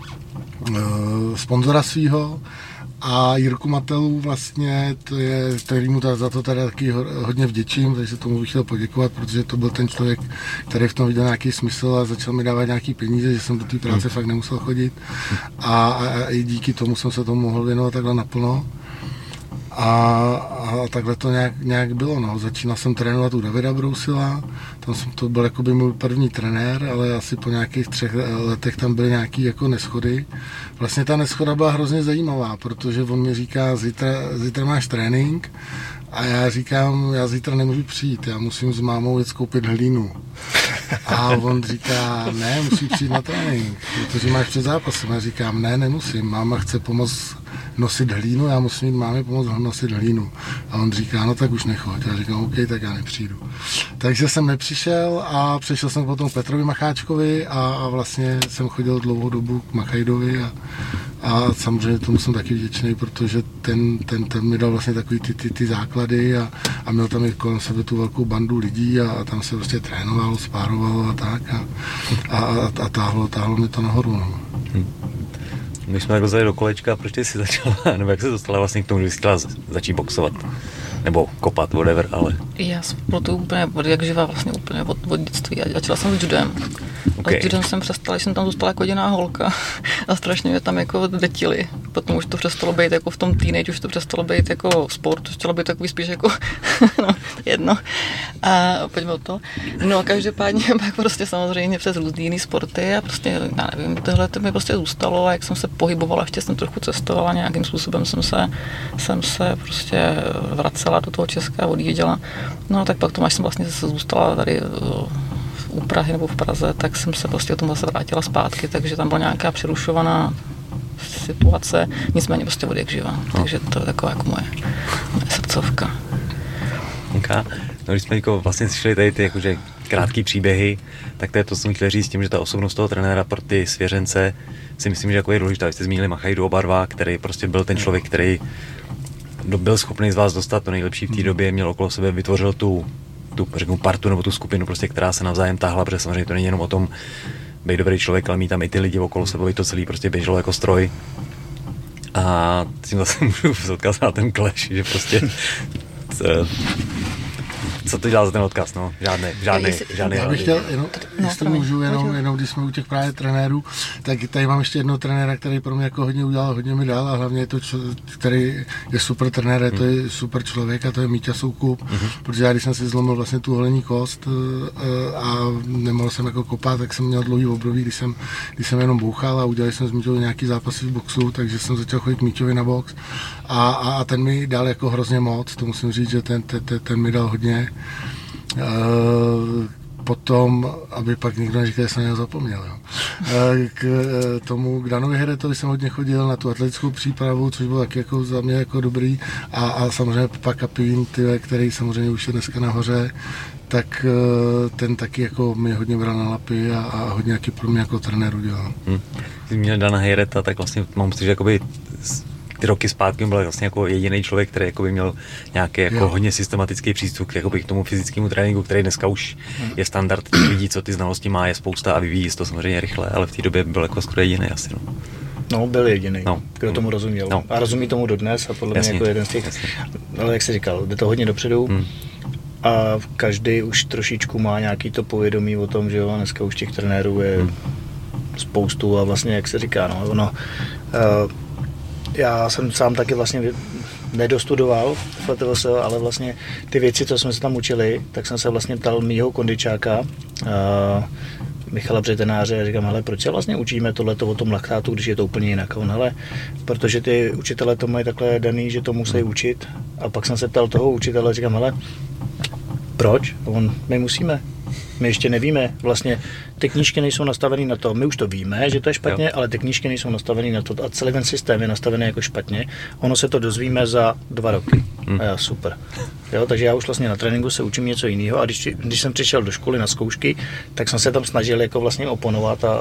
uh, sponzora svýho, a Jirku Matelu vlastně, to je, který mu za to tady taky hodně vděčím, takže tomu bych chtěl poděkovat, protože to byl ten člověk, který v tom viděl nějaký smysl a začal mi dávat nějaký peníze, že jsem do té práce fakt nemusel chodit a, a, a i díky tomu jsem se tomu mohl věnovat takhle naplno. A, a takhle to nějak, nějak bylo. No. Začínal jsem trénovat u Davida Brousila, tam jsem, to byl jakoby můj první trenér, ale asi po nějakých třech letech tam byly nějaké jako neschody. Vlastně ta neschoda byla hrozně zajímavá, protože on mi říká, zítra, zítra máš trénink a já říkám, já zítra nemůžu přijít, já musím s mámou jít koupit hlínu. A on říká, ne, musí přijít na trénink, protože máš před zápasem. Já říkám, ne, nemusím, máma chce pomoct nosit hlínu, já musím jít mámě pomoct nosit hlínu. A on říká, no tak už nechoď. Já říkám, OK, tak já nepřijdu. Takže jsem nepřišel a přešel jsem potom k Petrovi Macháčkovi a, a vlastně jsem chodil dlouhou dobu k Machajdovi a, a samozřejmě tomu jsem taky vděčný, protože ten, ten, ten mi dal vlastně takový ty, ty, ty základy a, a měl tam i kolem sebe tu velkou bandu lidí a, a tam se prostě trénovalo, spárovalo a tak a, a, a, a táhlo, táhlo mi to nahoru. No. Hmm. Když jsme rozjeli do kolečka, proč ty jsi začala, nebo jak se dostala vlastně k tomu, že jsi chtěla začít boxovat? Nebo kopat, whatever, ale... Já sportuju úplně od jak živá, vlastně úplně od, od dětství. A začala jsem s judem. Okay. A s judem jsem přestala, jsem tam zůstala jako jediná holka a strašně mě tam jako detili. Potom už to přestalo být jako v tom teenage, už to přestalo být jako sport, už chtělo být takový spíš jako no, jedno. A pojďme o to. No každopádně pak prostě samozřejmě přes různý jiný sporty a prostě, já nevím, tohle to mi prostě zůstalo a jak jsem se pohybovala, ještě jsem trochu cestovala, nějakým způsobem jsem se, jsem se prostě vracela do toho Česka a odjížděla. No a tak pak to až jsem vlastně zase zůstala tady u Prahy nebo v Praze, tak jsem se prostě o tom zase vrátila zpátky, takže tam byla nějaká přerušovaná situace, nicméně prostě od jak živa. No. Takže to je taková jako moje, moje srdcovka. Okay. No, když jsme jako vlastně slyšeli tady ty jakože krátký příběhy, tak to je to, co jsem chtěl říct s tím, že ta osobnost toho trenéra pro ty svěřence si myslím, že jako je důležitá. Vy jste zmínili Machajdu oba dva, který prostě byl ten člověk, který byl schopný z vás dostat to nejlepší v té době, měl okolo sebe, vytvořil tu, tu řeknu, partu nebo tu skupinu, prostě, která se navzájem táhla, protože samozřejmě to není jenom o tom být dobrý člověk, ale mít tam i ty lidi okolo sebe, to celý prostě běželo jako stroj. A tím zase můžu odkazat na ten Clash, že prostě co to dělá za ten odkaz, no? Žádný, žádný, žádný. Já bych chtěl, jenom, no, jestli můžu, jenom, jenom když jsme u těch právě trenérů, tak tady mám ještě jednoho trenéra, který pro mě jako hodně udělal, hodně mi dal a hlavně je to, který je super trenér, je to je super člověk a to je Míťa Soukup, mm-hmm. protože já když jsem si zlomil vlastně tu holenní kost a nemohl jsem jako kopat, tak jsem měl dlouhý období, když jsem, když jsem jenom bouchal a udělal jsem s Míťou nějaký zápasy v boxu, takže jsem začal chodit k Míťovi na box a, a, a ten mi dal jako hrozně moc, to musím říct, že ten, ten, ten, ten mi dal hodně. Uh, potom, aby pak nikdo neříkal, že jsem něho zapomněl. Jo. K tomu k Danovi Heretovi jsem hodně chodil na tu atletickou přípravu, což bylo taky jako za mě jako dobrý. A, a samozřejmě pak Kapivín, který samozřejmě už je dneska nahoře, tak ten taky jako mi hodně bral na lapy a, a hodně taky pro mě jako trenér udělal. Hmm. Když měl Dana Hereta, tak vlastně mám pocit, že jakoby ty roky zpátky byl vlastně jako jediný člověk, který jakoby měl nějaký jako hodně systematický přístup jakoby k tomu fyzickému tréninku, který dneska už je standard těch lidí, co ty znalosti má, je spousta a vyvíjí to samozřejmě rychle, ale v té době byl jako skoro jediný asi. No, no byl jediný, no. Kdo tomu rozuměl. No. A rozumí tomu dodnes a podle Jasně. mě jako jeden z těch, Jasně. ale jak jsi říkal, jde to hodně dopředu. Hmm. A každý už trošičku má nějaký to povědomí o tom, že jo, dneska už těch trenérů je hmm. spoustu a vlastně, jak se říká, no, ono, uh, já jsem sám taky vlastně nedostudoval F T V S, ale vlastně ty věci, co jsme se tam učili, tak jsem se vlastně ptal mýho kondičáka, uh, Michala Břetenáře, a říkám, hele, proč se vlastně učíme tohleto o tom laktátu, když je to úplně jinak? A on, hele, protože ty učitelé to mají takhle daný, že to musí učit. A pak jsem se ptal toho učitele, říkám, hele, proč? A on, my musíme. My ještě nevíme, vlastně ty knížky nejsou nastavený na to, my už to víme, že to je špatně, jo. ale ty knížky nejsou nastavený na to a celý ten systém je nastavený jako špatně. Ono se to dozvíme za dva roky. Hmm. A já, super. Jo, takže já už vlastně na tréninku se učím něco jiného a když, když jsem přišel do školy na zkoušky, tak jsem se tam snažil jako vlastně oponovat a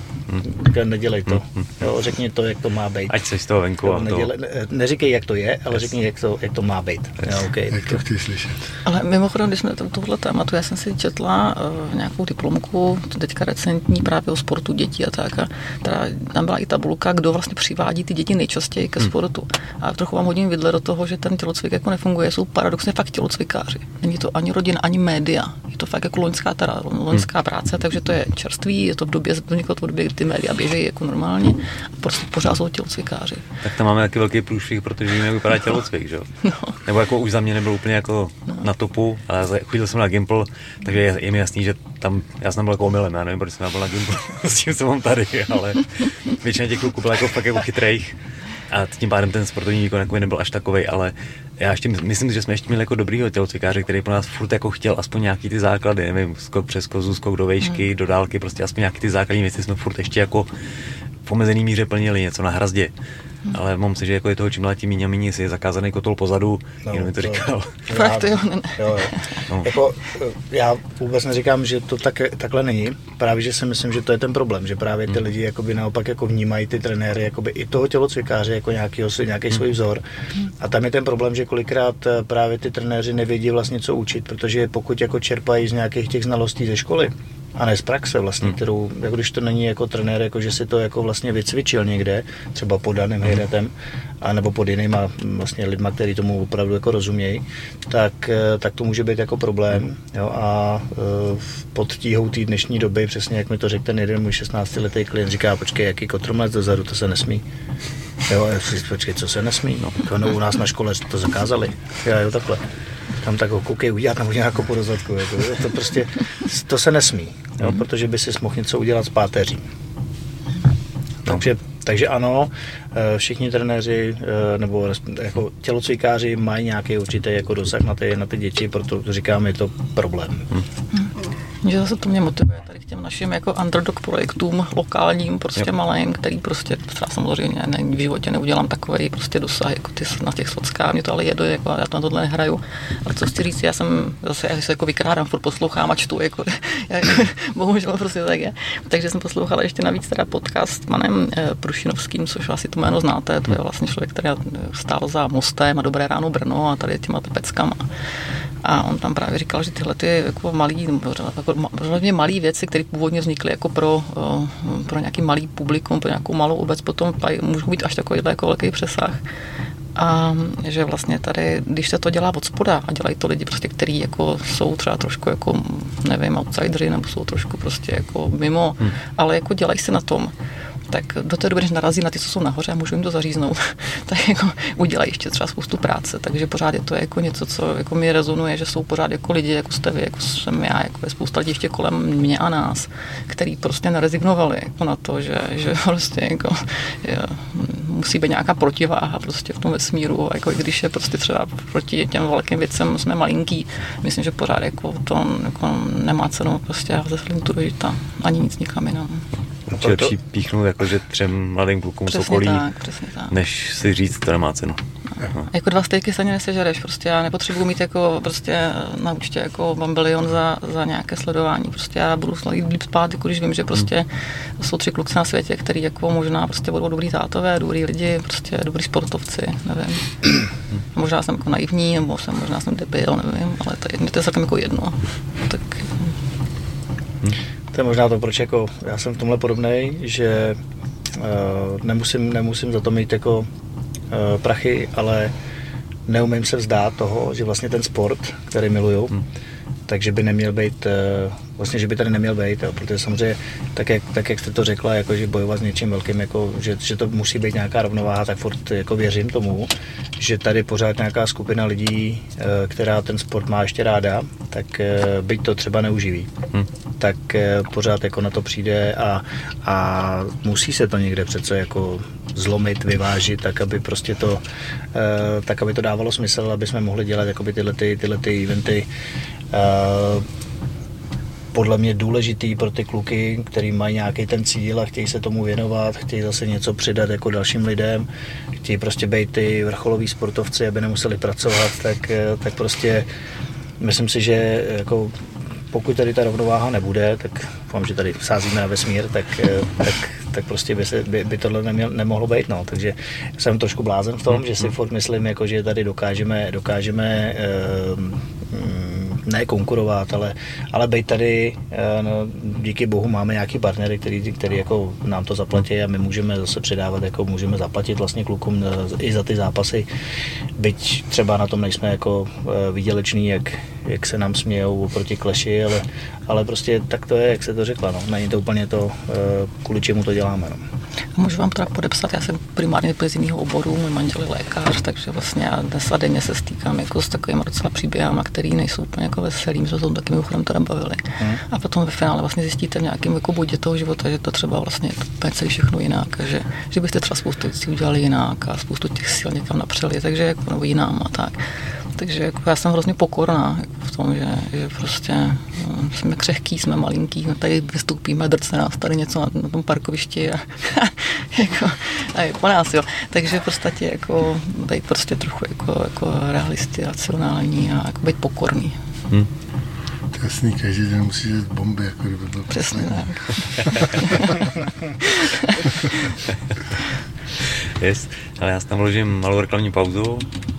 hmm. nedělej to. Hmm. Jo, řekni to, jak to má být. Ať se z toho venku. Jo, nedělej, ne, neříkej, jak to je, ale yes. řekni, jak to, jak to má být. Yes. Jo, okay. Jak to chci slyšet. Ale mimochodem, když jsme tohle tématu, já jsem si četla uh, nějakou diplomku, teďka recentní právě o sportu dětí a tak, a teda tam byla i tabulka, kdo vlastně přivádí ty děti nejčastěji ke sportu. A trochu vám hodím vidle do toho, že ten tělocvik jako nefunguje, jsou paradoxně fakt tělocvikáři. Není to ani rodina, ani média. Je to fakt jako loňská, teda, loňská práce, takže to je čerství, je to v době, vzniklo to v době, kdy ty média běžejí jako normálně a prostě pořád jsou tělocvikáři. Tak tam máme taky velký průšvih, protože víme, jak vypadá tělocvik, že jo? No. Nebo jako už za mě nebyl úplně jako no. na topu, ale chodil jsem na Gimple, takže je, je mi jasný, že tam, já jsem byl jako omylem, já nevím, proč jsem byl na Gimple, s tím jsem mám tady, ale většina těch kluků byla jako fakt jako chytrejch a tím pádem ten sportovní výkon jako nebyl až takovej, ale já ještě myslím, že jsme ještě měli jako dobrýho tělocvikáře, který po nás furt jako chtěl aspoň nějaký ty základy, nevím, skok přes kozu, skok do vejšky, hmm. do dálky, prostě aspoň nějaký ty základní věci jsme furt ještě jako v omezený míře plnili, něco na hrazdě. Hmm. Ale mám si, že jako je toho čím dál tím míň a míň, je zakázaný kotol pozadu, no, jenom mi to říkal. Fakt jo, ne. jo, jo. No. Jako, já vůbec neříkám, že to tak, takhle není, právě že si myslím, že to je ten problém, že právě ty hmm. lidi jakoby naopak jako vnímají ty trenéry, jakoby i toho tělocvikáře jako nějakýho, nějaký hmm. svůj vzor. Hmm. A tam je ten problém, že kolikrát právě ty trenéři nevědí vlastně co učit, protože pokud jako čerpají z nějakých těch znalostí ze školy, a ne z praxe vlastně, hmm. kterou, jako když to není jako trenér, jako že si to jako vlastně vycvičil někde, třeba pod daným hmm. hejretem, a nebo pod jinýma vlastně lidma, kteří tomu opravdu jako rozumějí, tak, tak to může být jako problém. Jo, a uh, pod tíhou té dnešní doby, přesně jak mi to řekl ten jeden můj šestnáctiletý klient, říká, počkej, jaký kotrmelec dozadu, to se nesmí. Jo, počkej, co se nesmí? No, no u nás na škole to zakázali. Já jo, takhle. Tam tak ho koukej udělat, tam udělat jako po dozadku. Jako, to prostě, to se nesmí, jo, mm. protože by si mohl něco udělat s páteří. No. Takže, takže ano, všichni trenéři nebo jako tělocvikáři mají nějaký určitý jako dosah na ty, na ty děti, proto říkám, je to problém. Mm. Že zase to mě motivuje tady k těm našim jako underdog projektům lokálním, prostě yep. malým, který prostě třeba samozřejmě ne, v životě neudělám takový prostě dosah jako ty na těch sockách, mě to ale jedo, jako já to na tohle nehraju. Ale co chci říct, já jsem zase, já se jako vykrádám, furt poslouchám a čtu, jako, já, jako bohužel prostě tak je. Takže jsem poslouchala ještě navíc teda podcast s panem Prušinovským, což asi to jméno znáte, to je vlastně člověk, který stál za Mostem a Dobré ráno Brno a tady těma peckama. A on tam právě říkal, že tyhle ty jako malý, jako malý věci, které původně vznikly jako pro, pro nějaký malý publikum, pro nějakou malou obec, potom můžou být až takovýhle jako velký přesah. A že vlastně tady, když se to dělá od spoda a dělají to lidi, prostě, kteří jako jsou třeba trošku jako, nevím, outsideri, nebo jsou trošku prostě jako mimo, hmm. ale jako dělají se na tom, tak do té doby, než narazí na ty, co jsou nahoře a můžou jim to zaříznout, tak jako udělají ještě třeba spoustu práce, takže pořád je to jako něco, co jako mi rezonuje, že jsou pořád jako lidi, jako jste vy, jako jsem já, jako je spousta lidí ještě kolem mě a nás, který prostě nerezignovali jako na to, že, že prostě jako je, musí být nějaká protiváha prostě v tom vesmíru, jako i když je prostě třeba proti těm velkým věcem jsme malinký, myslím, že pořád jako to jako nemá cenu prostě házet flintu do žita, ani nic nikam jinam. Určitě lepší píchnout jakože třem mladým klukům z okolí, než si říct, to nemá cenu. No. Jako dva stejky se ani nesežereš, prostě já nepotřebuji mít jako prostě na účtě jako bambilion za, za nějaké sledování, prostě já budu jít líp spát, jako když vím, že prostě hmm. jsou tři kluci na světě, který jako možná prostě budou dobrý tátové, dobrý lidi, prostě dobrý sportovci, nevím. Možná jsem jako naivní, nebo jsem možná jsem debil, nevím, ale to je, to je celkem jako jedno. Tak... Hmm. To je možná to, proč jako já jsem v tomhle podobnej, že uh, nemusím, nemusím za to mít jako uh, prachy, ale neumím se vzdát toho, že vlastně ten sport, který miluju, hmm. takže by neměl být, uh, vlastně, že by tady neměl být, jo, protože samozřejmě, tak jak, tak jak jste to řekla, jako, že bojovat s něčím velkým, jako, že, že to musí být nějaká rovnováha, tak furt jako věřím tomu, že tady pořád nějaká skupina lidí, uh, která ten sport má ještě ráda, tak uh, byť to třeba neuživí. Hmm. tak pořád jako na to přijde a, a musí se to někde přece jako zlomit, vyvážit, tak aby prostě to, tak aby to dávalo smysl, aby jsme mohli dělat jakoby tyhle, ty, tyhle ty eventy. Podle mě důležitý pro ty kluky, který mají nějaký ten cíl a chtějí se tomu věnovat, chtějí zase něco přidat jako dalším lidem, chtějí prostě být ty vrcholoví sportovci, aby nemuseli pracovat, tak, tak prostě myslím si, že jako pokud tady ta rovnováha nebude, tak vám, že tady sázíme na vesmír, tak, tak, tak prostě by, se, by, by tohle neměl, nemohlo být. No. Takže jsem trošku blázen v tom, mm. že si furt myslím, jako, že tady dokážeme, dokážeme um, ne konkurovat, ale, ale být tady, no, díky bohu máme nějaký partnery, který, který jako nám to zaplatí a my můžeme zase předávat, jako můžeme zaplatit vlastně klukům i za ty zápasy, byť třeba na tom nejsme jako výděleční, jak, jak se nám smějou oproti Clashi, ale, ale prostě tak to je, jak se to řekla, no. Není to úplně to, kvůli čemu to děláme. No. Můžu vám teda podepsat, já jsem primárně z jiného oboru, můj manžel je lékař, takže vlastně já dnes a denně se stýkám jako s takovými docela příběhama, který nejsou úplně jako veselým, že se o tom taky mimochodem teda bavili. Hmm. A potom ve finále vlastně zjistíte v nějakém jako bodě toho života, že to třeba vlastně je celý všechno jinak, a že, že byste třeba spoustu věcí udělali jinak a spoustu těch sil někam napřeli, takže jako nebo jinám a tak. Takže jako já jsem hrozně pokorná jako v tom, že, že prostě no, jsme křehký, jsme malinký, no tady vystoupíme, drce nás tady něco na, na tom parkovišti a, jako, a je po nás, jo. Takže v podstatě jako být prostě trochu jako, jako realisty, racionální a jako být pokorný. Hmm. Jasný, každý den musí jít bomby, jako kdyby byl přesně tak. Yes. Ale já si tam vložím malou reklamní pauzu,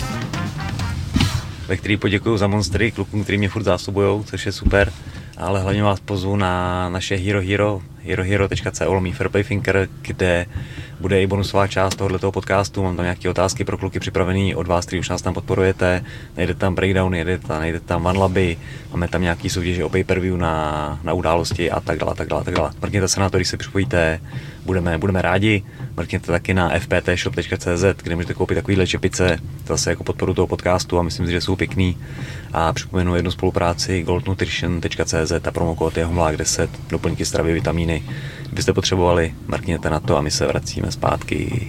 ve který poděkuju za monstry, klukům, který mě furt zásobujou, což je super, ale hlavně vás pozvu na naše Hero Hero, herohero tečka co lomí Fairplay Thinker, kde bude i bonusová část tohoto podcastu, mám tam nějaké otázky pro kluky připravený od vás, kteří už nás tam podporujete, najdete tam breakdowny, najdete tam, najdete tam OneLaby, máme tam nějaký soutěže o pay-per-view na, na události a tak dále, tak dále, tak dále. Mrkněte se na to, když se připojíte, budeme, budeme rádi, mrkněte taky na f p t shop tečka c z, kde můžete koupit takovýhle čepice, zase jako podporu toho podcastu a myslím si, že jsou pěkný. A připomenu jednu spolupráci gold nutrition tečka c z a promokód je homlák deset, doplňky stravy, vitamíny. Kdybyste potřebovali, mrkněte na to a my se vracíme zpátky.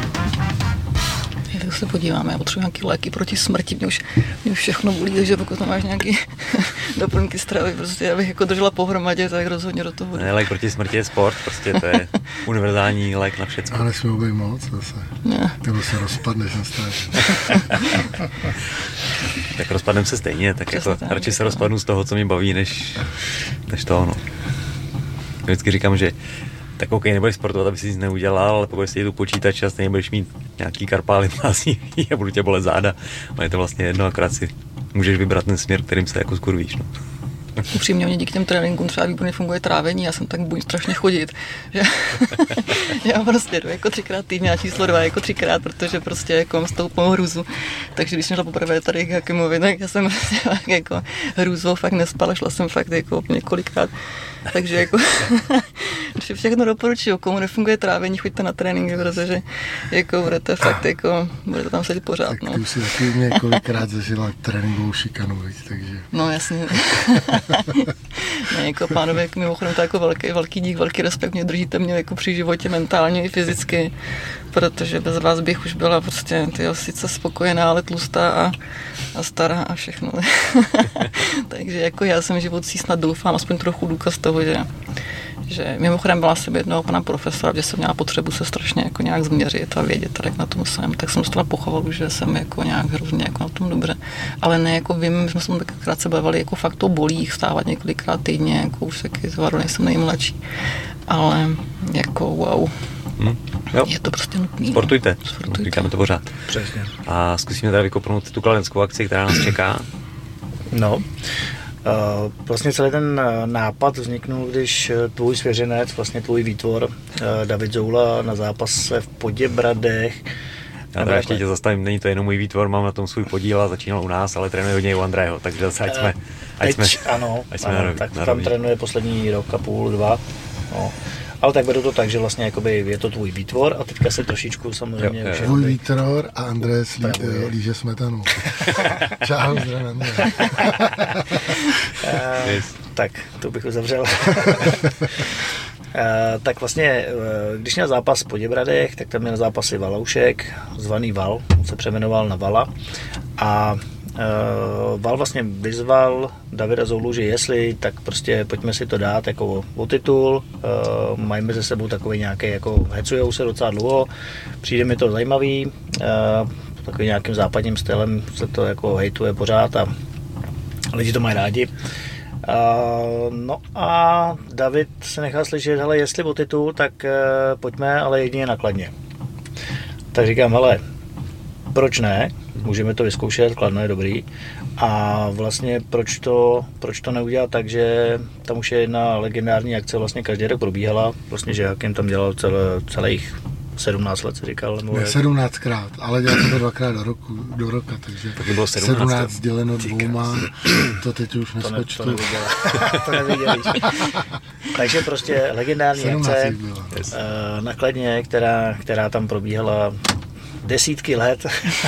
Tak se podíváme, já potřebuji nějaké léky proti smrti, mě už, mě už všechno bolí, takže pokud tam máš nějaké doplňky stravy, prostě abych jako držela pohromadě, tak rozhodně do toho. Ne, lék proti smrti je sport, prostě to je univerzální lék na všechno. Ale nesmí být moc zase, nebo se rozpadneš na stáži. Tak rozpadnem se stejně, tak přesně jako tak, radši se rozpadnu z toho, co mě baví, než, než to ono. Vždycky říkám, že tak OK, nebudeš sportovat, aby si nic neudělal, ale pokud si tu počítač a stejně budeš mít nějaký karpály másní a budu tě bolet záda. A je to vlastně jedno, akorát si můžeš vybrat ten směr, kterým se jako skurvíš. No. Upřímně mě díky těm tréninkům třeba výborně funguje trávení, já jsem tak bojím strašně chodit, že já prostě jdu jako třikrát týdně a číslo dva jako třikrát, protože prostě jako mám s tou plnou hruzu. Takže když jsem šla poprvé tady k Hakimovi, tak já jsem prostě jako hrůzou fakt nespala, šla jsem fakt jako několikrát. Takže jako všechno doporučuju, komu nefunguje trávení, choďte na tréninky, protože jako budete fakt jako, budete tam sedět pořád. Tak no. ty už si taky mě kolikrát zažila tréninkovou šikanu, takže... No jasně. Ne, jako pánové, mimochodem to jako velký, velký dík, velký respekt, mě držíte mě jako při životě mentálně i fyzicky, protože bez vás bych už byla prostě, tyjo, sice spokojená, ale tlustá a, a stará a všechno. Takže jako já jsem životcí snad doufám, aspoň trochu důkaz toho, že, že mimochodem byla jsem jednoho pana profesora, že jsem měla potřebu se strašně jako nějak změřit a vědět, jak na tom jsem, tak jsem dostala pochvalu, že jsem jako nějak hrozně jako na tom dobře, ale ne jako vím, že jsme se takkrát se bavili, jako fakt to bolí vstávat několikrát týdně, jako už taky zvaru, nejsem nejmladší, ale jako wow. Hmm. Jo. Je to prostě nutný. Sportujte. Sportujte. Říkáme to pořád. Přesně. A zkusíme teda vykopnout tu kladenskou akci, která nás čeká. No, vlastně celý ten nápad vzniknul, když tvůj svěřenec, vlastně tvůj výtvor, David Zoula na zápase v Poděbradech. Já teda ještě tě zastavím, není to jenom můj výtvor, mám na tom svůj podíl a začínal u nás, ale trénuje hodně u Andreho, takže zase ať jsme, ať Teď, jsme, ano, ať jsme ano naroví, tak naroví. Tam trénuje poslední rok a půl, dva. No. Ale tak beru to tak, že vlastně jakoby je to tvůj výtvor a teďka se trošičku samozřejmě... Jo, jo. Už Tvůj jakoby... výtvor a Andres lí, líže smetanu. Čau, zdravím. Yes. Tak, to bych uzavřel. Tak vlastně, když měl zápas v Poděbradech, tak tam měl zápasy Valoušek, zvaný Val, on se přejmenoval na Vala. A Uh, Val vlastně vyzval Davida Zoulu, že jestli, tak prostě pojďme si to dát jako o, o titul, uh, mají mezi sebou takový nějaký, jako hecujou se docela dlouho, přijde mi to zajímavý, uh, takovým nějakým západním stylem se to jako hejtuje pořád a lidi to mají rádi. Uh, no a David se nechal slyšet, hele, jestli o titul, tak uh, pojďme, ale jedině nakladně. Tak říkám, hele, proč ne? Můžeme to vyzkoušet, Kladno je dobrý. A vlastně proč to, proč to neudělat tak, že tam už je jedna legendární akce, vlastně každý rok probíhala, vlastně, že Jakim tam dělal celé, celých sedmnáct let, se říkal. Nebo ne, sedmnáctkrát, ale dělal to dvakrát do roku, do roka, takže taky bylo sedmnáct, sedmnáct děleno dvouma, to teď už nespočtu. To, ne, to neviděli. Takže prostě legendární akce yes. na Kladně, která, která tam probíhala desítky let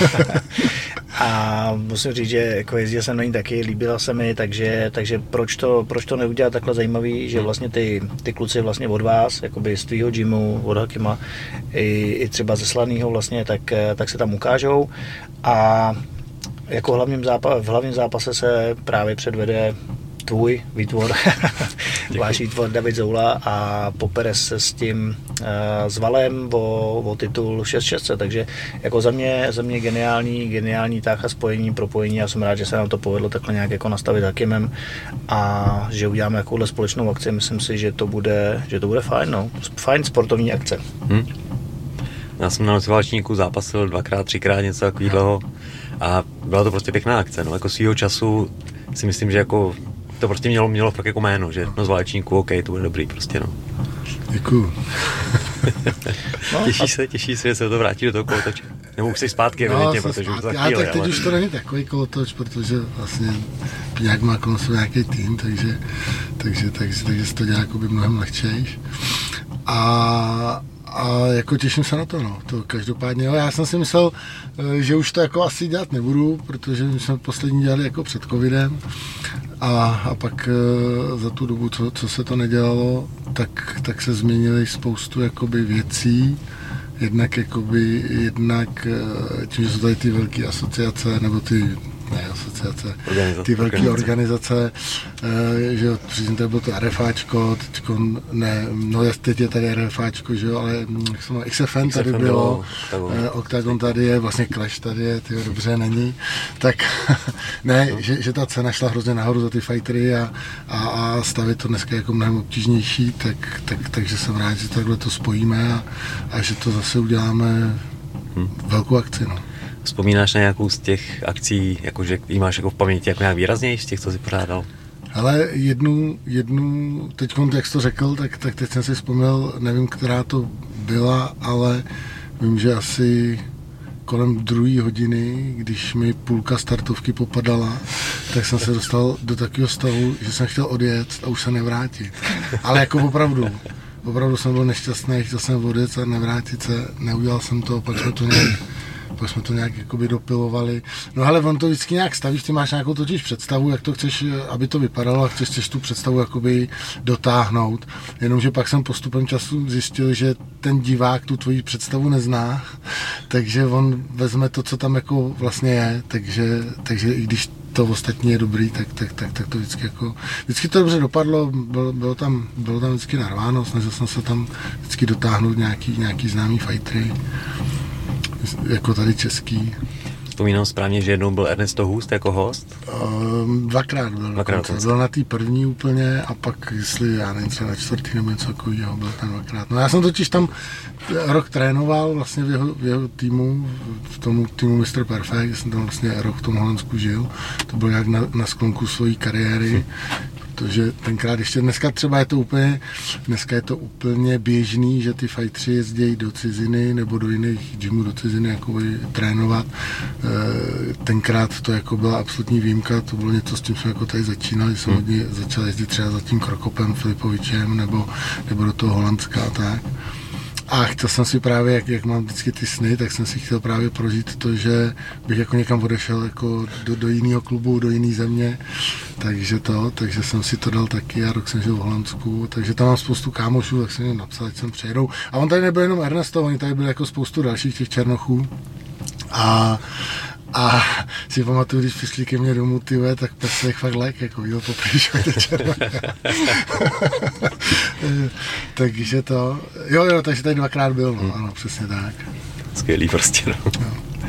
a musím říct, že jako jezdil jsem na ní taky, líbila se mi, takže, takže proč, to, proč to neudělat takhle zajímavý, že vlastně ty, ty kluci vlastně od vás, jakoby z tvýho gymu, od Hakima, i, i třeba ze Slanýho vlastně, tak, tak se tam ukážou a jako hlavním zápa- v hlavním zápase se právě předvede tvůj výtvor, váš výtvor David Zoula a popere se s tím uh, s Valem o, o titul šest šest, takže jako za mě, za mě geniální, geniální tácha spojení, propojení, já jsem rád, že se nám to povedlo takhle nějak jako nastavit Hakimem a že uděláme takovouhle společnou akci, myslím si, že to bude, že to bude fajn, no. Fajn sportovní akce. Hmm. Já jsem na nociválečníku zápasil dvakrát, třikrát něco takového a byla to prostě pěkná akce, no, jako svýho času si myslím, že jako to prostě mělo, mělo fakt jako jméno, že no z válečníku, OK, to bude dobrý prostě, no. Děkuju. no, těší a... se, těší se, že se to vrátí do toho kolotoče. Nebo už jsi zpátky, no, evidentně, protože už za chvíli, ale... tak teď ale... už to není takový kolotoč, protože vlastně nějak má kolem sebe nějaký tým, takže, takže, takže, takže se to dělá jakoby mnohem lehčejš. A A jako těším se na to, no. To každopádně, jo. Já jsem si myslel, že už to jako asi dělat nebudu, protože my jsme poslední dělali jako před covidem a, a pak za tu dobu, co, co se to nedělalo, tak, tak se změnily spoustu jakoby věcí. Jednak jakoby, jednak tím, že jsou tady ty velké asociace, nebo ty ne, asociace, ty velké organizace, e, že předtím tady bylo to RFáčko, teďko ne, no teď je tady RFáčko, že jo, ale jak se jmenuje, X F N tady bylo, e, Octagon tady je, vlastně Clash tady je, tyjo, dobře není, tak ne, no. že, že ta cena šla hrozně nahoru za ty fightery a, a, a stavit to dneska jako mnohem obtížnější, tak, tak, takže jsem rád, že takhle to spojíme a, a že to zase uděláme hmm. velkou akci, no. Vzpomínáš na nějakou z těch akcí, jakože jí máš jako v paměti jako nějak výraznější z těch, co jsi pořádal? Ale jednu, jednu teď, jak jsi to řekl, tak, tak teď jsem si vzpomněl, nevím, která to byla, ale vím, že asi kolem druhé hodiny, když mi půlka startovky popadala, tak jsem se dostal do takového stavu, že jsem chtěl odjet a už se nevrátit. Ale jako opravdu. Opravdu jsem byl nešťastný, chtěl jsem odjet a nevrátit se, neudělal jsem to, pak jsme to nějak pak jsme to nějak jakoby dopilovali. No ale on to vždycky nějak stavíš, ty máš nějakou totiž představu, jak to chceš, aby to vypadalo a chceš, chceš tu představu jakoby dotáhnout. Jenomže pak jsem postupem času zjistil, že ten divák tu tvoji představu nezná, takže on vezme to, co tam jako vlastně je, takže, takže i když to ostatní je dobrý, tak, tak, tak, tak to vždycky jako, vždycky to dobře dopadlo, bylo, bylo, tam, bylo tam vždycky narváno, snažil jsem se tam vždycky dotáhnout nějaký, nějaký známý fightery, jako tady český. Vzpomínám správně, že jednou byl Ernesto Hust jako host? Um, dvakrát byl. Dvakrát byl na té první úplně a pak, jestli já nevím, třeba na čtvrtý nebo něco takového, byl tam dvakrát. No já jsem totiž tam rok trénoval vlastně v jeho, v jeho týmu, v tomu týmu mister Perfect, jsem tam vlastně rok v tom Holandsku žil. To bylo jak na, na sklonku své kariéry. Protože tenkrát ještě dneska třeba je to úplně, dneska je to úplně běžný, že ty fightři jezdí do ciziny nebo do jiných gymů do ciziny jakoby trénovat. Tenkrát to jako byla absolutní výjimka, to bylo něco, s tím jsme jako tady začínali, jsem hodně začal jezdit třeba za tím Krokopem Filipovičem nebo, nebo do toho Holandska a tak. A chtěl jsem si právě, jak, jak mám vždycky ty sny, tak jsem si chtěl právě prožít to, že bych jako někam odešel jako do, do jiného klubu, do jiné země, takže to, takže jsem si to dal taky a rok jsem žil v Holandsku, takže tam mám spoustu kámošů, tak jsem jim napsal, ať sem přijedou. A on tady nebyl jenom Ernesto, oni tady byli jako spoustu dalších těch černochů. A A si pamatuju, když přišli ke mně domů, ty ve, tak pes jich fakt lék, jako viděl poprvé, to červené. Takže to, jo, jo, takže tady dvakrát byl, no, hmm. ano, přesně tak. Skvělý prostě, no. no.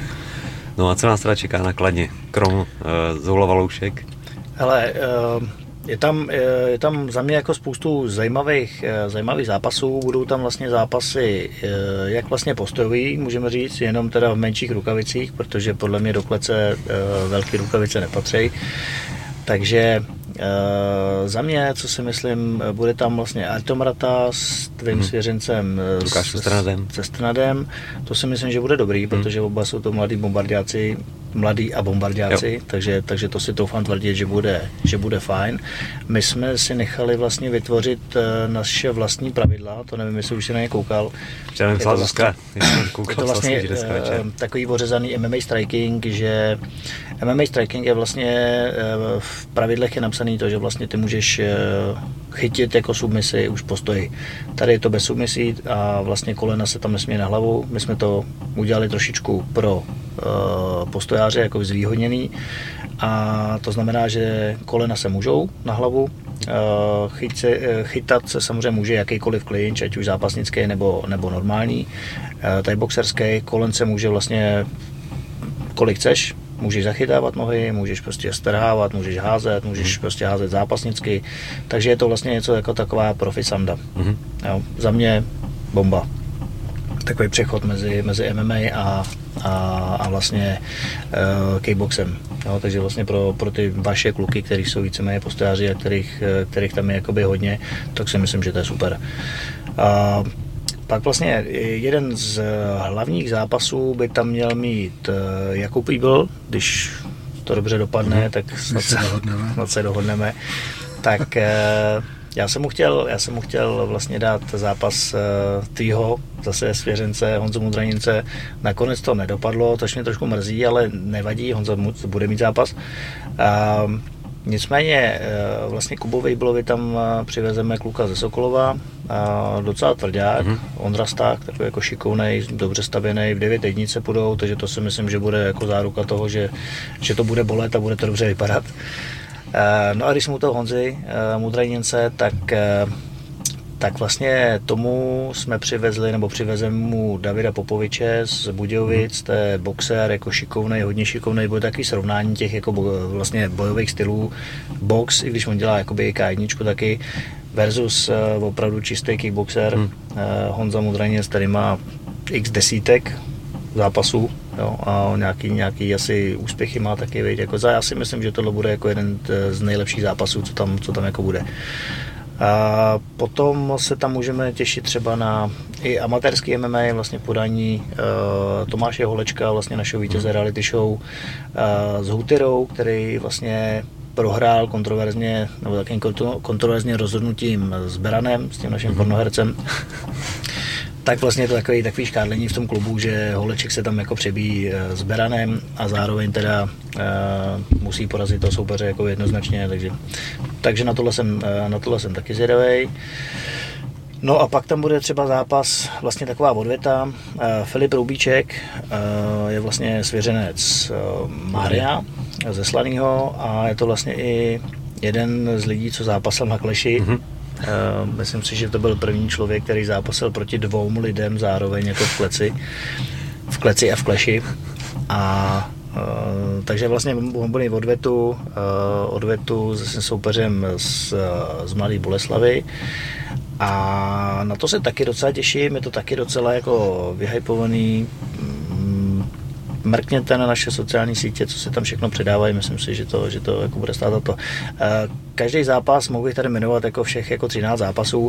No a co nás teda čeká na Kladně, krom uh, Zoula Valoušek? Hele, uh... Je tam, je tam za mě jako spoustu zajímavých, zajímavých zápasů, budou tam vlastně zápasy jak vlastně postojový, můžeme říct, jenom teda v menších rukavicích, protože podle mě do klece velké rukavice nepatří. Takže za mě, co si myslím, bude tam vlastně Artom Rata s tvým hmm. svěřencem se Strnadem. To si myslím, že bude dobrý, hmm. protože oba jsou to mladí bombardáci, mladí a bombardáci, takže, takže to si troufám tvrdit, že bude, že bude fajn. My jsme si nechali vlastně vytvořit naše vlastní pravidla, to nevím, jestli už si na ně koukal. Je to vlastně, je to vlastně takový ořezaný M M A striking, že M M A striking je vlastně v pravidlech je napsaný to, že vlastně ty můžeš chytit jako submisi už postoji. Tady je to bez submisí a vlastně kolena se tam nesmí na hlavu. My jsme to udělali trošičku pro uh, postojáře jako zvýhodněný a to znamená, že kolena se můžou na hlavu, uh, chyt se, chytat se samozřejmě může jakýkoliv klinč, ať už zápasnický nebo, nebo normální. Uh, tady boxerský kolen se může vlastně kolik chceš, můžeš zachytávat nohy, můžeš prostě strhávat, můžeš házet, můžeš prostě házet zápasnicky, takže je to vlastně něco jako taková profi sanda. Mm-hmm. Jo, za mě bomba. Takový přechod mezi, mezi M M A a, a, a vlastně uh, kickboxem. Jo, takže vlastně pro, pro ty vaše kluky, kteří jsou víceméně postojáři a kterých, kterých tam je jakoby hodně, tak si myslím, že to je super. Uh, Pak vlastně jeden z hlavních zápasů by tam měl mít Jakub Eagle, když to dobře dopadne, tak snad se dohodneme. Snad se dohodneme. Tak já jsem mu chtěl, já jsem mu chtěl vlastně dát zápas tvýho, zase svěřence Honzu Mudranince. Nakonec to nedopadlo, tož mě trošku mrzí, ale nevadí, Honza bude mít zápas. A nicméně vlastně Kubovi Eagleovi tam přivezeme kluka ze Sokolova, a docela tvrdák, mm-hmm. Ondra Sták, takový jako šikovnej, dobře stavěný, v devět jednice půjdou, takže to si myslím, že bude jako záruka toho, že, že to bude bolet a bude to dobře vypadat. No a když jsme u toho Honzy Mudranince, tak tak vlastně tomu jsme přivezli, nebo přivezeme mu Davida Popoviče z Budějovic, to je boxer, jako šikovnej, hodně šikovnej, bude takový srovnání těch jako vlastně bojových stylů, box, i když on dělá jakoby K jedna taky, versus uh, opravdu čistý kickboxer, hmm. uh, Honza Mudraninec, který má x desítek zápasů, jo, a on nějaký, nějaký asi úspěchy má taky, veď, jako za, já si myslím, že tohle bude jako jeden z nejlepších zápasů, co tam, co tam jako bude. A potom se tam můžeme těšit třeba na i amatérský M M A, vlastně podání uh, Tomáše Holečka, vlastně našeho vítěze reality show uh, s Hutyrou, který vlastně prohrál kontroverzně, nebo takým kontroverzně rozhodnutím s Beranem, s tím naším mm-hmm. pornohercem. Tak vlastně je to takový, takový škádlení v tom klubu, že Holeček se tam jako přebíjí s Beranem a zároveň teda uh, musí porazit toho soupeře jako jednoznačně, takže, takže na tohle jsem, uh, na tohle jsem taky zvědavej. No a pak tam bude třeba zápas, vlastně taková odvěta. Uh, Filip Roubíček uh, je vlastně svěřenec uh, Mária, ze Slaného a je to vlastně i jeden z lidí, co zápasil na kleši. Mm-hmm. Uh, myslím si, že to byl první člověk, který zápasil proti dvou lidem zároveň jako v kleci. V kleci a v kleši. A uh, takže vlastně on byl v odvetu, uh, odvetu se soupeřem z, z Mladé Boleslavi. A na to se taky docela těším, je to taky docela jako vyhypovaný. Mrkněte na naše sociální sítě, co se tam všechno předávají, myslím si, že to, že to jako bude stát za to. Každý zápas mohu bych tady jmenovat jako všech jako třináct zápasů.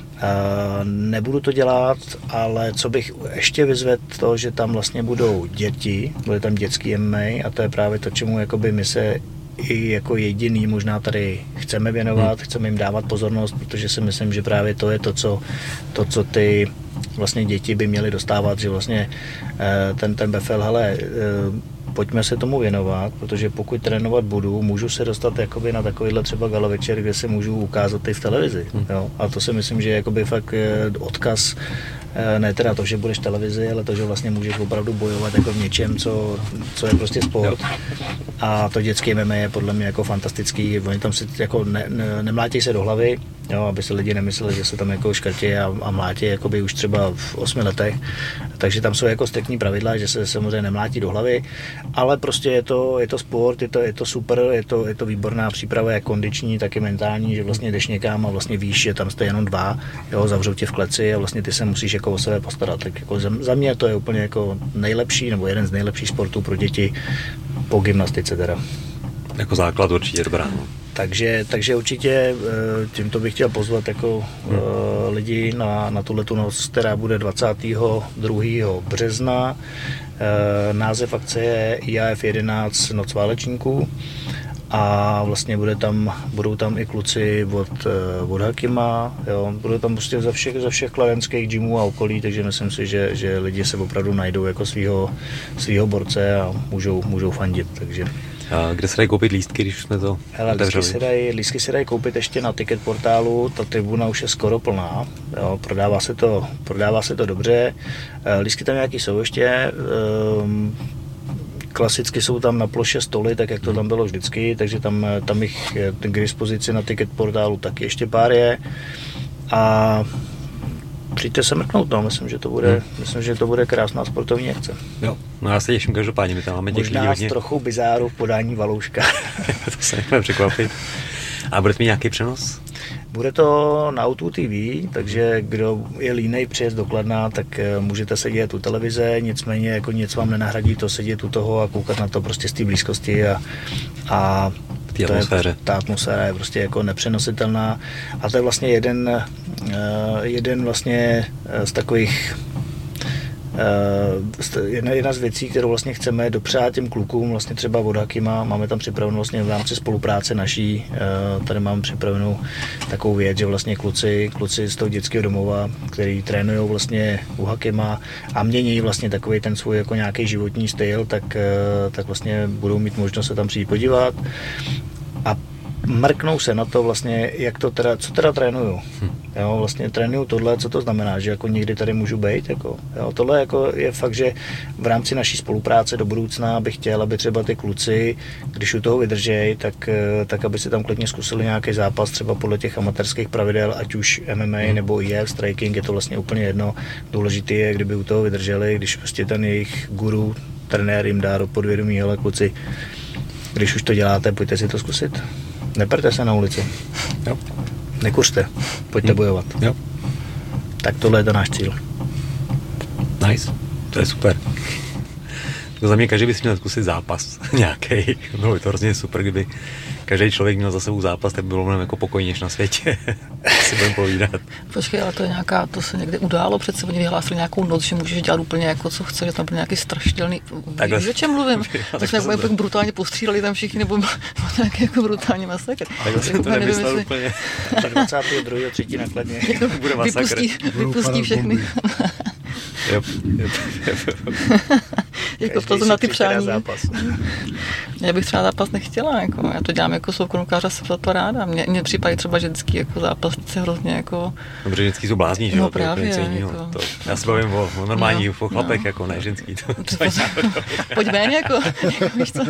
Nebudu to dělat, ale co bych ještě vyzvedl to, že tam vlastně budou děti, bude tam dětský M M A a to je právě to, čemu jakoby my se i jako jediný možná tady chceme věnovat, chceme jim dávat pozornost, protože si myslím, že právě to je to, co, to, co ty vlastně děti by měly dostávat, že vlastně ten, ten B F L, hele, pojďme se tomu věnovat, protože pokud trénovat budu, můžu se dostat jakoby na takovýhle třeba gala večer, kde se můžu ukázat i v televizi. Jo? A to si myslím, že je jakoby fakt odkaz, ne teda to, že budeš v televizi, ale to, že vlastně můžeš opravdu bojovat jako v něčem, co, co je prostě sport. A to dětské M M A je podle mě jako fantastický. Oni tam si jako ne, ne, nemlátí se do hlavy, jo, aby se lidi nemysleli, že se tam jako škrtí a, a mlátí jakoby už třeba v osmi letech. Takže tam jsou jako striktní pravidla, že se samozřejmě nemlátí do hlavy, ale prostě je to, je to sport, je to, je to super, je to, je to výborná příprava, jak kondiční, tak i mentální, že vlastně jdeš někam a vlastně víš, že tam jste jenom dva, jo, zavřou tě v kleci a vlastně ty se musíš jako o sebe postarat. Tak jako za, za mě to je úplně jako nejlepší, nebo jeden z nejlepších sportů pro děti po gymnastice teda. Jako základ určitě dobrá. Takže, takže určitě tímto bych chtěl pozvat jako hmm. lidi na, na tuhletu noc, která bude dvacátého druhého března. Název akce je I A F jedenáct Noc válečníků a vlastně bude tam, budou tam i kluci od, od Hakima, jo, budou tam prostě ze všech, ze všech kladenských gymů a okolí, takže myslím si, že, že lidi se opravdu najdou jako svýho, svýho borce a můžou, můžou fandit, takže. A kde se dají koupit lístky, když jsme to Hele, lístky, se dají, lístky se dají koupit ještě na ticket portálu, ta tribuna už je skoro plná, jo, prodává, se to, prodává se to dobře, lístky tam nějaký jsou ještě, um, klasicky jsou tam na ploše stoly, tak jak to tam bylo vždycky, takže tam, tam jich k dispozici na ticket portálu taky ještě pár je a přijďte se mrknout, no, myslím, že to bude, hmm. myslím, že to bude krásná sportovní akce. Jo, no já se těším každopádně, my tam máme těch lidí hodně. Možná s trochu bizáru v podání Valouška. To se nechme překvapit. A bude mít nějaký přenos? Bude to na Auto T V, takže kdo je línej přijet do Kladna, tak můžete sedět u televize, nicméně jako nic vám nenahradí to sedět u toho a koukat na to prostě z té blízkosti a, a Tý atmosféře. Je, ta atmosféra je prostě jako nepřenositelná a to je vlastně jeden, jeden vlastně z takových Jedna, jedna z věcí, kterou vlastně chceme dopřát těm klukům, vlastně třeba od Hakima, máme tam připravenou vlastně v rámci spolupráce naší, tady máme připravenou takovou věc, že vlastně kluci, kluci z toho dětského domova, který trénují vlastně u Hakima a mění vlastně takový ten svůj jako nějaký životní styl, tak, tak vlastně budou mít možnost se tam přijít podívat a mrknou se na to vlastně, jak to teda, co teda trénuju. Jo, vlastně trénuju tohle, co to znamená, že jako někdy tady můžu být, jako, jo, tohle jako je fakt, že v rámci naší spolupráce do budoucna bych chtěl, aby třeba ty kluci, když u toho vydržej, tak, tak aby si tam klidně zkusili nějaký zápas, třeba podle těch amatérských pravidel, ať už M M A hmm. nebo I F, striking, je to vlastně úplně jedno. Důležité je, kdyby u toho vydrželi, když prostě ten jejich guru, trenér jim dá do podvědomí, ale kluci, když už to děláte, pojďte si to zkusit. Neperte se na ulici. Jo. Nekuřte. Pojďte hmm. bojovat. Jo. Tak tohle je to náš cíl. Nice. To je super. To za mě každý by si měl zkusit zápas nějaký. Bylo by to hrozně super, kdyby každý člověk měl za sebou zápas, tak by bylo mnohem jako pokojnější na světě. Si budeme povídat. Počkej, ale to je nějaká, to se někde událo, přece oni vyhlásili nějakou noc, že můžeš dělat úplně jako co chceš, že tam byl nějaký strašidelný, víš, o čem mluvím? To jsme jako to... brutálně postříleli tam všichni, nebo nějaký jako brutální masakr. Takhle jsem to nemyslel nevím, úplně. dvacátého druhého třetí na Kladně. Bude masakr. Vypustí, vypustí všechny. Yep, yep, yep. Jako to na ty přání. Já bych třeba zápas nechtěla, jako, já to dělám jako soukromkář, jsem za to ráda. Mně, mně připadají třeba ženský jako zápasnice hrozně jako... Dobře, ženský jsou blázní, že no, jo? právě, to jako... to, já se bavím o, o normálních, no, o chlapech, no. jako ne ženský. To, to Pojď ven, jako, jako víš co?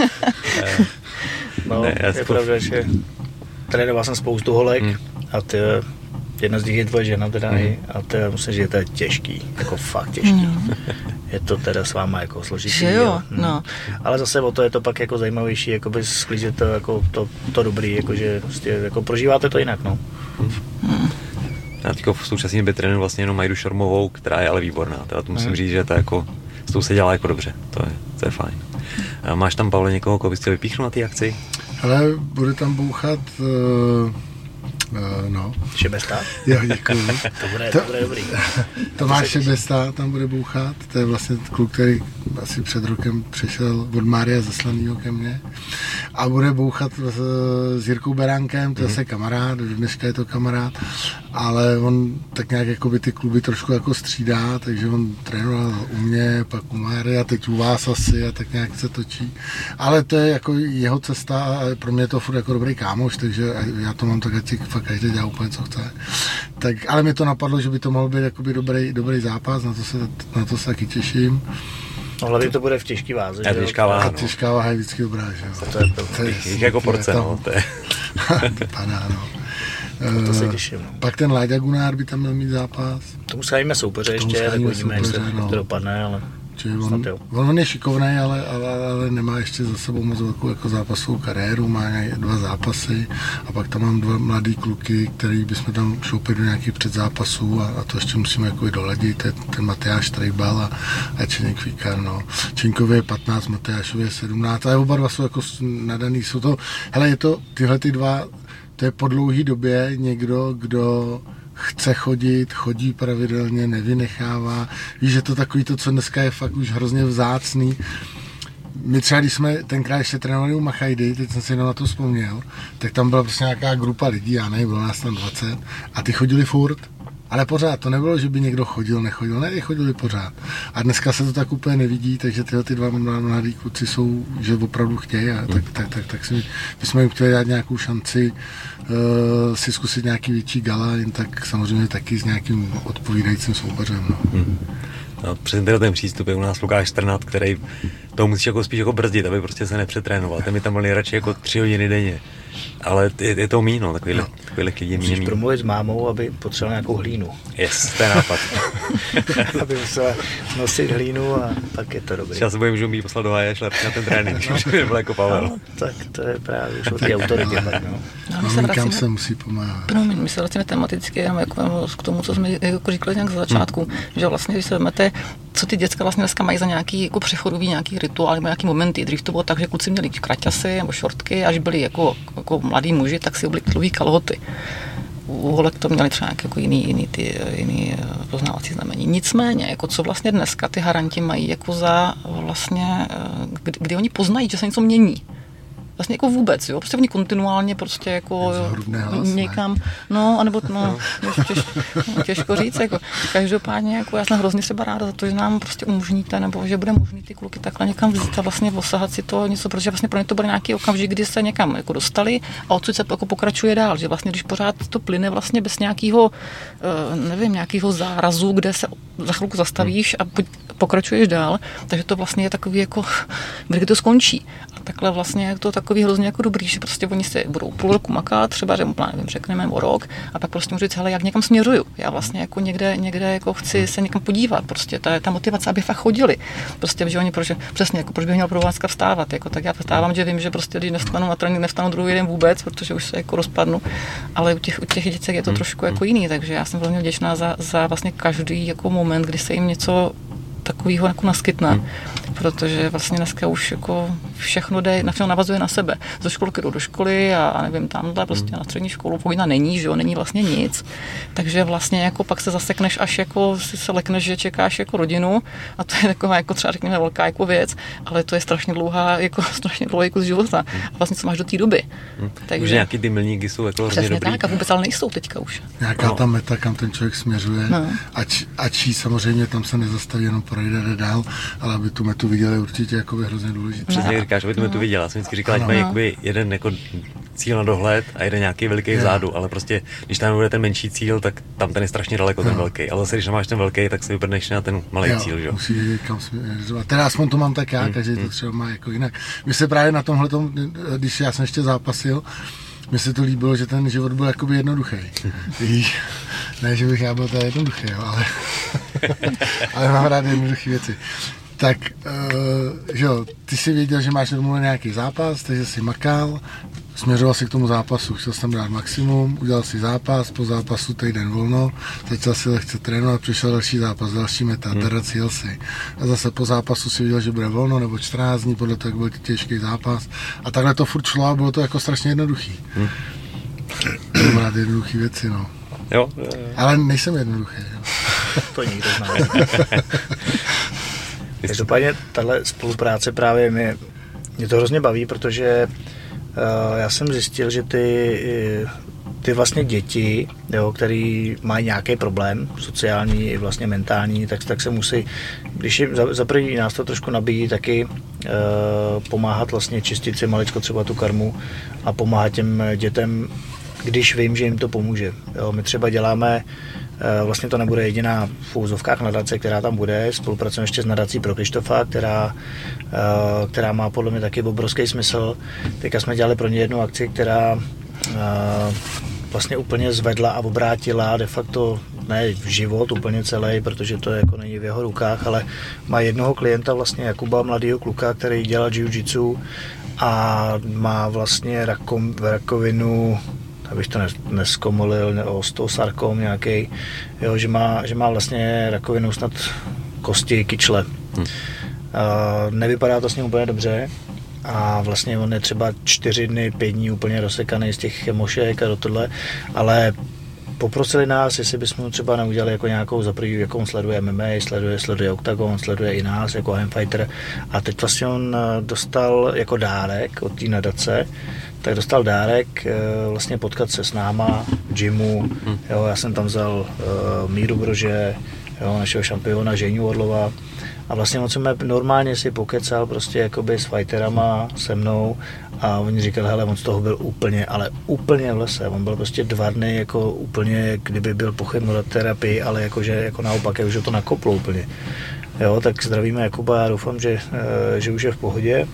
No, ne, je to pravda, že trénoval jsem spoustu holek hmm. a ty, jedna z nich je tvoje žena teda hmm. a to já musím říct, že to je těžký, jako fakt těžký. Hmm. Je to teda s váma jako složitý. Že jo, hm. no. Ale zase o to je to pak jako zajímavější, jakoby sklízet to, jako to, to dobrý, jakože prostě, jako prožíváte to jinak, no. Hmm. Já teďko v současné době trénuji vlastně jenom Majdu Šormovou, která je ale výborná. Teda to musím hmm. říct, že to jako, s tou se dělá jako dobře, to je, to je fajn. A máš tam, Pavle, někoho, koho bys chtěl vypíchnout na té akci? Ale bude tam bouchat, uh, uh, no. Šebesta? Jo, děkuju. to, bude, to, to bude dobrý. Tomáš Šebesta tam bude bouchat, to je vlastně kluk, který asi před rokem přišel od Mária Zaslanýho ke mně. A bude bouchat s, s Jirkou Beránkem, to je mm-hmm. zase kamarád, dneska je to kamarád, ale on tak nějak jakoby ty kluby trošku jako střídá, takže on trénoval u mě, pak u Mária, teď u vás asi a tak nějak se točí. Ale to je jako jeho cesta a pro mě je to furt jako dobrý kámoš, takže já to mám tak, ať si fakt každý dělá úplně, co chce. Tak, ale mě to napadlo, že by to mohl být jakoby dobrý, dobrý zápas, na to se, na to se taky těším. No, hlavně to bude v těžký váze. A těžká váha, no. Těžká váha je vždycky dobrá, že jo. To je to. To je, je jako porce, no. To je. To padá, no. No, to se těším. No. Pak ten Láďa Gunár by tam měl mít zápas. Tomu scháníme soupeře ještě, tak uvidíme, jak no. to dopadne, ale... On, on je šikovný, ale, ale, ale nemá ještě za sebou moc velkou jako zápasovou kariéru, má dva zápasy a pak tam mám dva mladý kluky, který bychom tam šoupili do nějakých předzápasů a, a to ještě musíme jako doladit, ten, ten Matyáš Trejbal a, a Čeněk Víkar, no. Čenkovi je patnáct, Matyášovi je sedmnáct, ale oba dva jsou jako nadaný, jsou to, hele, je to, tyhle ty dva, to je po dlouhý době někdo, kdo chce chodit, chodí pravidelně, nevynechává. Víš, že to takový to, co dneska je fakt už hrozně vzácný. My třeba, když jsme tenkrát ještě trénovali u Machajdy, teď jsem si jenom na to vzpomněl, tak tam byla prostě nějaká grupa lidí, já nevím, bylo nás tam dvacet, a ty chodili furt. Ale pořád, to nebylo, že by někdo chodil, nechodil, ne, chodili pořád. A dneska se to tak úplně nevidí, takže tyhle ty dva mladí kluci jsou, že opravdu chtějí, a tak, tak, tak, tak si, my jsme jim chtěli dát nějakou šanci uh, si zkusit nějaký větší gala, jen tak samozřejmě taky s nějakým odpovídajícím soupeřem. No. Hmm. No, přesně ten přístup je u nás Lukáš Strnad, který to musí jako spíš jako brzdit, aby prostě se nepřetrénoval. Ten mi tam byl nejradši jako tři hodiny denně. Ale je, je to míno, takovýhle, no. takovýhle lidi musíš míno. Promluvit s mámou, aby potřeboval nějakou hlínu. Yes, to je nápad. Aby musela nosit hlínu a pak je to dobrý. Já se bojím, že umí poslat do háje šlapky na ten trénink, no. Že by nebyl jako Pavel. No, tak to je právě už od té autoritě. No. No, my se, se musí pomáhat. Promiň, my se vracíme tematicky jenom jako k tomu, co jsme jako říkali nějak z začátku, hmm. že vlastně, když se vezmete, co ty děcka vlastně dneska mají za nějaký jako přechodový nějaký rituál nebo nějaký momenty. Dřív to bylo tak, že kluci měli kraťasy nebo šortky, až byli jako, jako mladí muži, tak si oblíkli dlouhý kalhoty. U holek to měli třeba jako jiný, jiný, ty, jiný poznávací znamení. Nicméně, jako co vlastně dneska ty haranti mají jako za vlastně, kdy, kdy oni poznají, že se něco mění. Vlastně jako vůbec, jo, prostě oni kontinuálně prostě jako hlas, někam, no, anebo no, těž, no, těžko říct, jako každopádně, jako já jsem hrozně třeba ráda za to, že nám prostě umožníte, nebo že bude možný ty kluky takhle někam vzít a vlastně osahat si to něco, protože vlastně pro ně to byl nějaký okamžik, kdy se někam jako dostali a odsud se jako pokračuje dál, že vlastně když pořád to plyne vlastně bez nějakého, nevím, nějakého zárazu, kde se za chvilku zastavíš a pokračuješ dál, takže to vlastně je takový jako, kdy to skončí. A takhle vlastně je to takový hrozně jako dobrý, že prostě oni si budou půl roku makat, třeba, že nevím, řekneme o rok, a pak prostě můžu říct, hele, jak někam směřuju. Já vlastně jako někde, někde jako chci se někam podívat, prostě ta, ta motivace, aby fakt chodili. Prostě, že oni, proč, přesně, jako proč bych měl provázka vstávat, jako tak já vstávám, že vím, že prostě, když nevstanu na trénink, nevstanu druhý den vůbec, protože už se jako rozpadnu, ale u těch, u těch děcek je to trošku jako jiný, takže já jsem velmi vděčná za, za vlastně každý jako moment, kdy se jim něco takovýho jako naskytne, hmm. protože vlastně dneska už jako všechno jde, na všechno navazuje na sebe. Do školky jdou do školy a, a nevím, tamhle prostě hmm. na střední školu povinna není, že jo, není vlastně nic, takže vlastně jako pak se zasekneš, až jako si se lekneš, že čekáš jako rodinu a to je taková jako třeba řekněme velká jako věc, ale to je strašně dlouhá, jako strašně dlouhý kus života a vlastně co máš do té doby. Hmm. Takže nějaký ty milníky jsou jako přesně dobrý. Tak a vůbec ale nejsou teďka už. Nějaká no. ta meta, kam ten člověk směřuje, no. ač, ač jí samozřejmě tam se nezastaví jenom projde dál, ale aby tu metu viděli určitě jako by hrozně důležité. Přesně, říkáš, aby to mi tu viděla. Já jsem vždycky říkal, ať Ano. mají jakoby jeden jako cíl na dohled a jeden nějaký veliký Jo. vzadu, ale prostě, když tam bude ten menší cíl, tak tam ten je strašně daleko, ten velký. Ale zase, když máš ten velký, tak si vybrneš na ten malý Jo, cíl, že jo? musí vědět, kam směřovat. Teda aspoň to mám tak já, Hmm, každý to hmm. třeba má jako jinak. Mně se právě na tomhletom, když já jsem ještě zápasil, mně se to líbilo, že ten život byl jakoby jednoduchý. Víš, ne, že bych já byl teda jednoduchý, jo, ale, ale mám rád jednoduché věci. Tak, uh, že jo, ty jsi věděl, že máš domluvený nějaký zápas, takže jsi makal, směřoval si k tomu zápasu, chtěl jsem dát maximum, udělal si zápas, po zápasu týden volno, začal si lehce trénovat, přišel další zápas, další meta, hmm. teda cíl si. A zase po zápasu si viděl, že bude volno, nebo čtrnáct dní, podle toho, jak byl těžký zápas. A takhle to furt šlo a bylo to jako strašně jednoduchý. Hmm. Mám rád jednoduchý věci, no. Jo. Ale nejsem jednoduchý, jo. To nikdo zná. Každopádně tahle spolupráce právě mě, mě to hrozně baví, protože uh, já jsem zjistil, že ty, ty vlastně děti, jo, který mají nějaký problém sociální i vlastně mentální, tak, tak se musí, když jim za, za první nás to trošku nabíjí, taky uh, pomáhat vlastně čistit si maličko třeba tu karmu a pomáhat těm dětem, když vím, že jim to pomůže. Jo, my třeba děláme, vlastně to nebude jediná v úzovkách nadace, která tam bude, spolupracujeme ještě s nadací pro Krištofa, která, která má podle mě taky obrovský smysl. Teďka jsme dělali pro ně jednu akci, která vlastně úplně zvedla a obrátila de facto ne život úplně celý, protože to jako není v jeho rukách, ale má jednoho klienta, vlastně Jakuba, mladýho kluka, který dělal jiu-jitsu a má vlastně rakom, rakovinu, abych to neskomolil, ne, osteosarkom nějaký, jo, že, má, že má vlastně rakovinu snad kosti, kyčle. Hmm. Uh, nevypadá to s ním úplně dobře a vlastně on je třeba čtyři dny, pět dní úplně rozsekaný z těch mošek a do tohle, ale poprosili nás, jestli bychom třeba neudělali jako nějakou za první, jakou on sleduje M M A, sleduje, sleduje Octagon, sleduje i nás jako I am Fighter a teď vlastně on dostal jako dárek od té nadace, tak dostal dárek vlastně potkat se s náma v gymu, jo, já jsem tam vzal uh, Míru Brože, jo, našeho šampiona Ženyu Orlova a vlastně on se mě normálně si pokecal prostě jakoby s fighterama se mnou a oni říkali, hele, on z toho byl úplně, ale úplně v lese, on byl prostě dva dny jako úplně, kdyby byl po chemoterapii, ale jakože jako naopak, jakože to nakoplo úplně. Jo, tak zdravíme Jakuba, já doufám, že, že už je v pohodě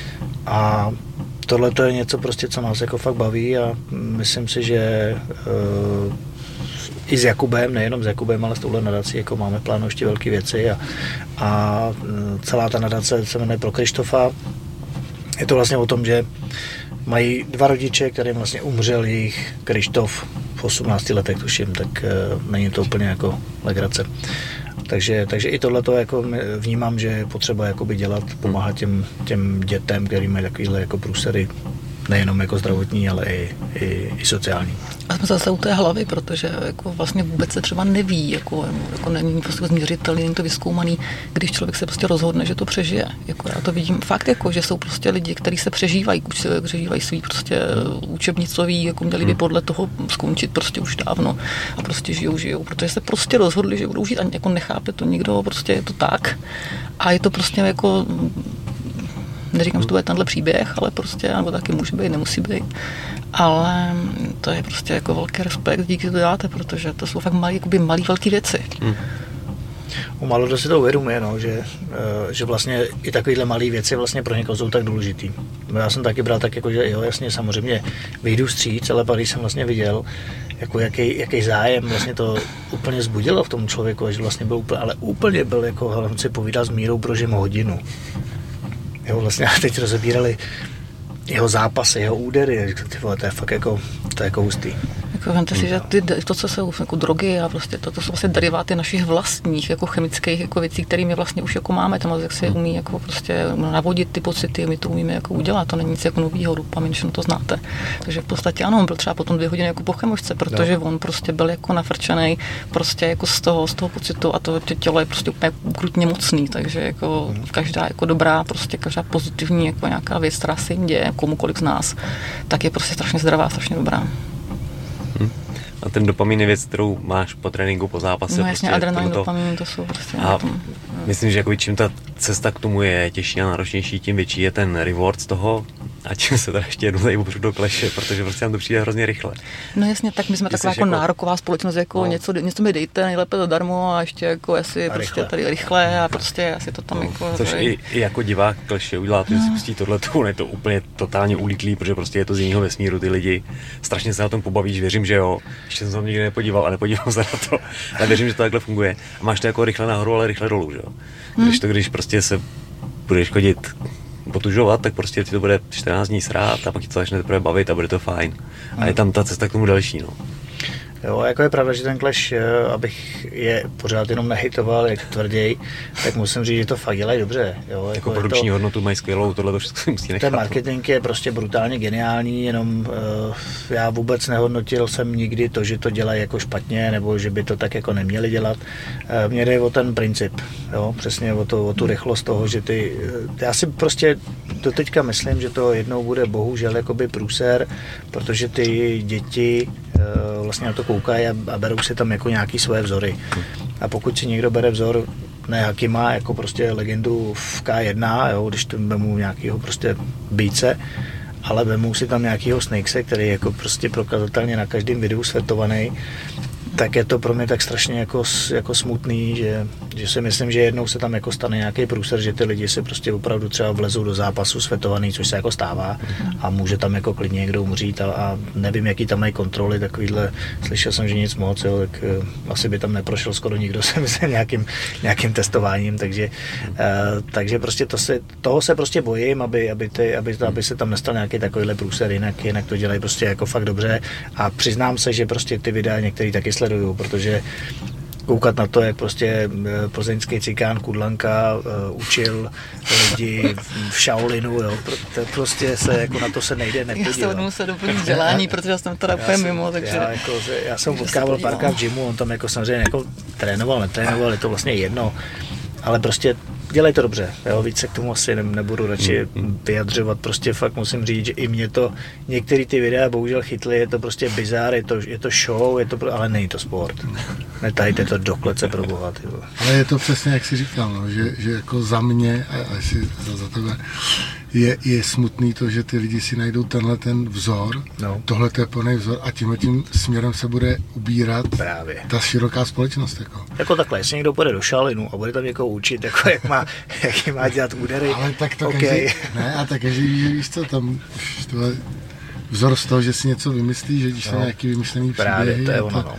a tohle to je něco prostě, co nás jako fakt baví a myslím si, že uh, i s Jakubem, nejenom s Jakubem, ale s touhle nadací, jako máme plánu ještě velké věci a, a celá ta nadace se jmenuje Pro Krištofa. Je to vlastně o tom, že mají dva rodiče, kterým vlastně umřel jejich Krištof v osmnácti letech, tuším, tak uh, není to úplně jako legrace. Takže, takže i tohle jako vnímám, že je potřeba jakoby dělat, pomáhat těm, těm dětem, který mají takovýhle jako průsery, nejenom jako zdravotní, ale i, i, i sociální. A jsme zase u té hlavy, protože jako vlastně vůbec se třeba neví, jako, jako není prostě změřitelný, není to vyzkoumaný, když člověk se prostě rozhodne, že to přežije. Jako já to vidím fakt, jako, že jsou prostě lidi, kteří se přežívají, přežívají svý prostě učebnicový, jako měli by podle toho skončit prostě už dávno a prostě žijou, žijou, protože se prostě rozhodli, že budou žít a jako nechápe to nikdo, prostě je to tak a je to prostě jako neříkám, že to bude tenhle příběh, ale prostě, nebo taky může být, nemusí být. Ale to je prostě jako velký respekt, díky, že to děláte, protože to jsou fakt malý, jakoby malý velký věci. Hmm. U málo kdo si to uvědomuje, no, že, že vlastně i takovéhle malé věci vlastně pro někoho jsou tak důležitý. Já jsem taky bral tak, jako, že jo, jasně, samozřejmě vyjdu vstříc, ale pak když jsem vlastně viděl, jako jaký, jaký zájem vlastně to úplně zbudilo v tom člověku, že vlastně byl úplně, ale úplně byl, jako on si povídal s Mírou Brožem hodinu. Jo, vlastně teď rozebírali jeho zápasy, jeho údery, ty vole, to je fakt jako, to je jako hustý. Jako vemte si, že ty, to, co jsou jako drogy a prostě to, to jsou vlastně deriváty našich vlastních jako chemických jako věcí, které my vlastně už jako máme, tam jak si umí jako prostě navodit ty pocity, my to umíme jako udělat, to není nic jako novýho, dopamin, že to znáte. Takže v podstatě ano, on byl třeba potom dvě hodiny jako po chemošce, protože no. on prostě byl jako nafrčený prostě jako z toho, z toho pocitu a to tělo je prostě úplně ukrutně mocný, takže jako každá jako dobrá, prostě každá pozitivní jako nějaká věc, která se jim děje, komukoliv z nás, tak je prostě strašně zdravá, strašně dobrá. Hmm. A ten dopamin je věc, kterou máš po tréninku, po zápase. No jasně, prostě adrenalin, to, dopamin, to jsou prostě... A myslím, že jako čím ta cesta k tomu je těžší a náročnější, tím větší je ten reward z toho. A čím se teda ještě jednou tady popřu do kleše, protože prostě nám to přijde hrozně rychle. No jasně, tak my jsme taková jako, jako nároková společnost, jako no. něco, něco mi dejte, nejlépe zadarmo a ještě jako asi prostě rychle. Tady rychle a prostě asi to tam no. jako... Což i, i jako divák kleše udělá to, že si pustí tohleto, je to úplně totálně ulítlý, protože prostě je to z jiného vesmíru, ty lidi. Strašně se na tom pobavíš, věřím, že jo. Ještě jsem se tam nikdy nepodíval a nepodíval se na to. Ale věřím, že to takhle funguje. A máš to jako rychle nahoru, ale rychle dolů, že jo. Když to, když prostě se budeš chodit potužovat, tak prostě ti to bude čtrnáct dní srát a pak ti to začne teprve bavit a bude to fajn. A je tam ta cesta k tomu další, no. Jo, jako je pravda, že ten Clash, abych je pořád jenom nehitoval, jak tvrději, tak musím říct, že to fakt dělají dobře. Jo, jako, jako produkční to, hodnotu mají skvělou, tohle to všechno musí nechat. Ten marketing je prostě brutálně geniální, jenom uh, já vůbec nehodnotil jsem nikdy to, že to dělají jako špatně, nebo že by to tak jako neměli dělat. Uh, Mně jde o ten princip, jo, přesně o, to, o tu rychlost toho, že ty, uh, já si prostě do teďka myslím, že to jednou bude bohužel jakoby průser, protože ty děti uh, vlastně na to koukají a, a berou si tam jako nějaký svoje vzory. A pokud si někdo bere vzor, ne Hakima, jako prostě legendu v K jedna, jo, když to vemu nějakýho prostě bíce, ale vemu si tam nějakýho Snakese, který je jako prostě prokazatelně na každém videu svetovaný, tak je to pro mě tak strašně jako, jako smutný, že, že si myslím, že jednou se tam jako stane nějaký průser, že ty lidi se prostě opravdu třeba vlezou do zápasu světovaný, což se jako stává a může tam jako klidně někdo umřít a, a nevím, jaký tam mají kontroly, takovýhle, slyšel jsem, že nic moc, jo, tak uh, asi by tam neprošel skoro nikdo, se myslím, nějakým, nějakým testováním, takže, uh, takže prostě to se, toho se prostě bojím, aby, aby, ty, aby, aby se tam nestal nějaký takovýhle průser, jinak, jinak to dělají prostě jako fakt dobře a přiznám se, že prostě ty videa některý taky sleduju, protože koukat na to, jak prostě plzeňský cikán Kudlanka uh, učil lidi v Shaolinu, jo, to prostě se jako na to se nejde nepodívat. Já jsem musel doplnit vzdělání, protože jsem teda úplně mimo, takže... Já, jako, já jsem potkával párkrát v gymu, on tam jako samozřejmě jako trénoval, netrénoval, je to vlastně jedno, ale prostě dělej to dobře, jo, víc se k tomu asi ne, nebudu radši vyjadřovat, prostě fakt musím říct, že i mě to, některé ty videa bohužel chytly, je to prostě bizár, je to, je to show, je to, ale není to sport. Netajte to do klece pro boha, ty vole. Ale je to přesně, jak jsi říkal, no, že, že jako za mě, a asi za, za tebe, je, je smutný to, že ty lidi si najdou tenhle ten vzor, no. Tohle je plný vzor a tímhle tím směrem se bude ubírat právě ta široká společnost. Jako, jako takhle, jestli někdo půjde do Shaolinu a bude tam někoho učit, jako jak má, jaký má dělat údery, ale tak to okay. každý, ne, a tak každý ví, že víš co, tam tohle vzor z toho, že si něco vymyslí, že když no. tam nějaký vymyšlený příběhy. Právě, to je ono, to, no.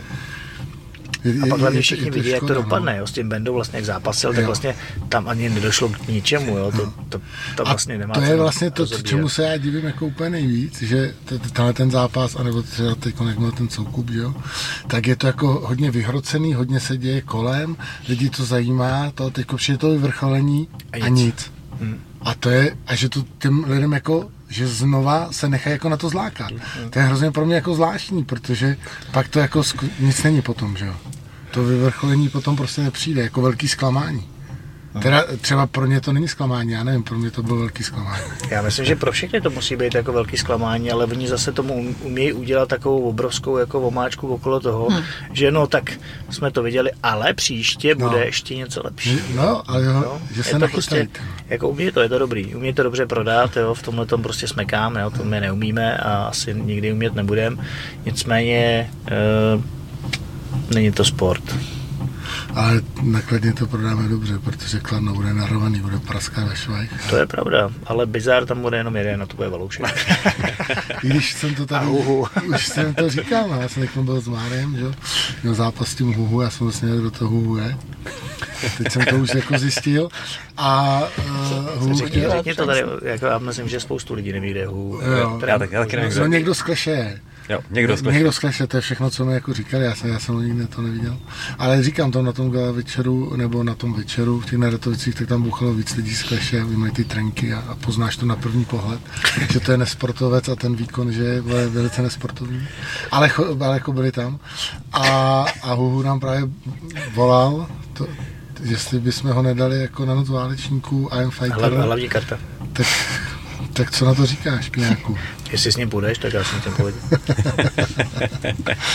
A pak hlavně všichni vidí, jak to dopadne, jo, s tím Bendou vlastně jak zápasil, tak vlastně tam ani nedošlo k ničemu, jo, to, to, to vlastně nemá. A to je vlastně to, čemu se já divím jako úplně nejvíc, že tenhle ten zápas, anebo třeba teď, jak měl ten soukup, jo, tak je to jako hodně vyhrocený, hodně se děje kolem, lidi to zajímá, to teď přijde to vyvrcholení a nic. A, nic. Hmm. a to je, a že to těm lidem jako že znova se nechají jako na to zlákat. Mm. To je hrozně pro mě jako zvláštní, protože pak to jako zku, nic není potom, že jo. To vyvrcholení potom prostě nepřijde, jako velký zklamání. Mm. Teda třeba pro ně to není zklamání, já nevím, pro mě to bylo velký zklamání. Já myslím, že pro všechny to musí být jako velký zklamání, ale oni zase tomu umějí udělat takovou obrovskou jako omáčku okolo toho, mm. že no tak jsme to viděli, ale příště bude no. ještě něco lepší. No, ale jo, no, že se nechytají. Prostě, jako umí to, je to dobrý, umí to dobře prodat, jo, v tomhle tom prostě smekáme, jo, to my neumíme a asi nikdy umět nebudeme, nicméně e, není to sport. Ale nakladně to prodáme dobře, protože Kladno bude narovaný, bude praská ve švajch. To je pravda, ale bizár tam bude jenom jeden a to bude Valoušek. I když jsem to tady, už jsem to říkal, no, já jsem teď byl s Márem, že? Měl zápas s tím Huhu, já jsem vlastně kdo to Huhu je. Teď jsem to už jako zjistil. A uh, Huhu řekni, chtěl... Řekni to tady, jako já myslím, že spoustu lidí neví, kde je Huhu. Já tak, já taky nevím. No někdo z Kleše je. Jo, někdo z Kleše. Někdo z Kleše, to je všechno, co mi jako říkali, já jsem, já jsem nikdy to neviděl. Ale říkám to na tom gala večeru, nebo na tom večeru v těch Neratovicích, tak tam bouchalo víc lidí z Kleše, mají ty trenky a, a poznáš to na první pohled, že to je nesportovec a ten výkon, že je velice nesportovní. Ale, ale jako byli tam. A, a Huhu nám právě volal, to, jestli bychom ho nedali jako na noc válečníků I am Fighter. Hlavní karta. Tak, tak co na to říkáš, Pěňáku? Jestli s ním půjdeš, tak já s ním tě povedím.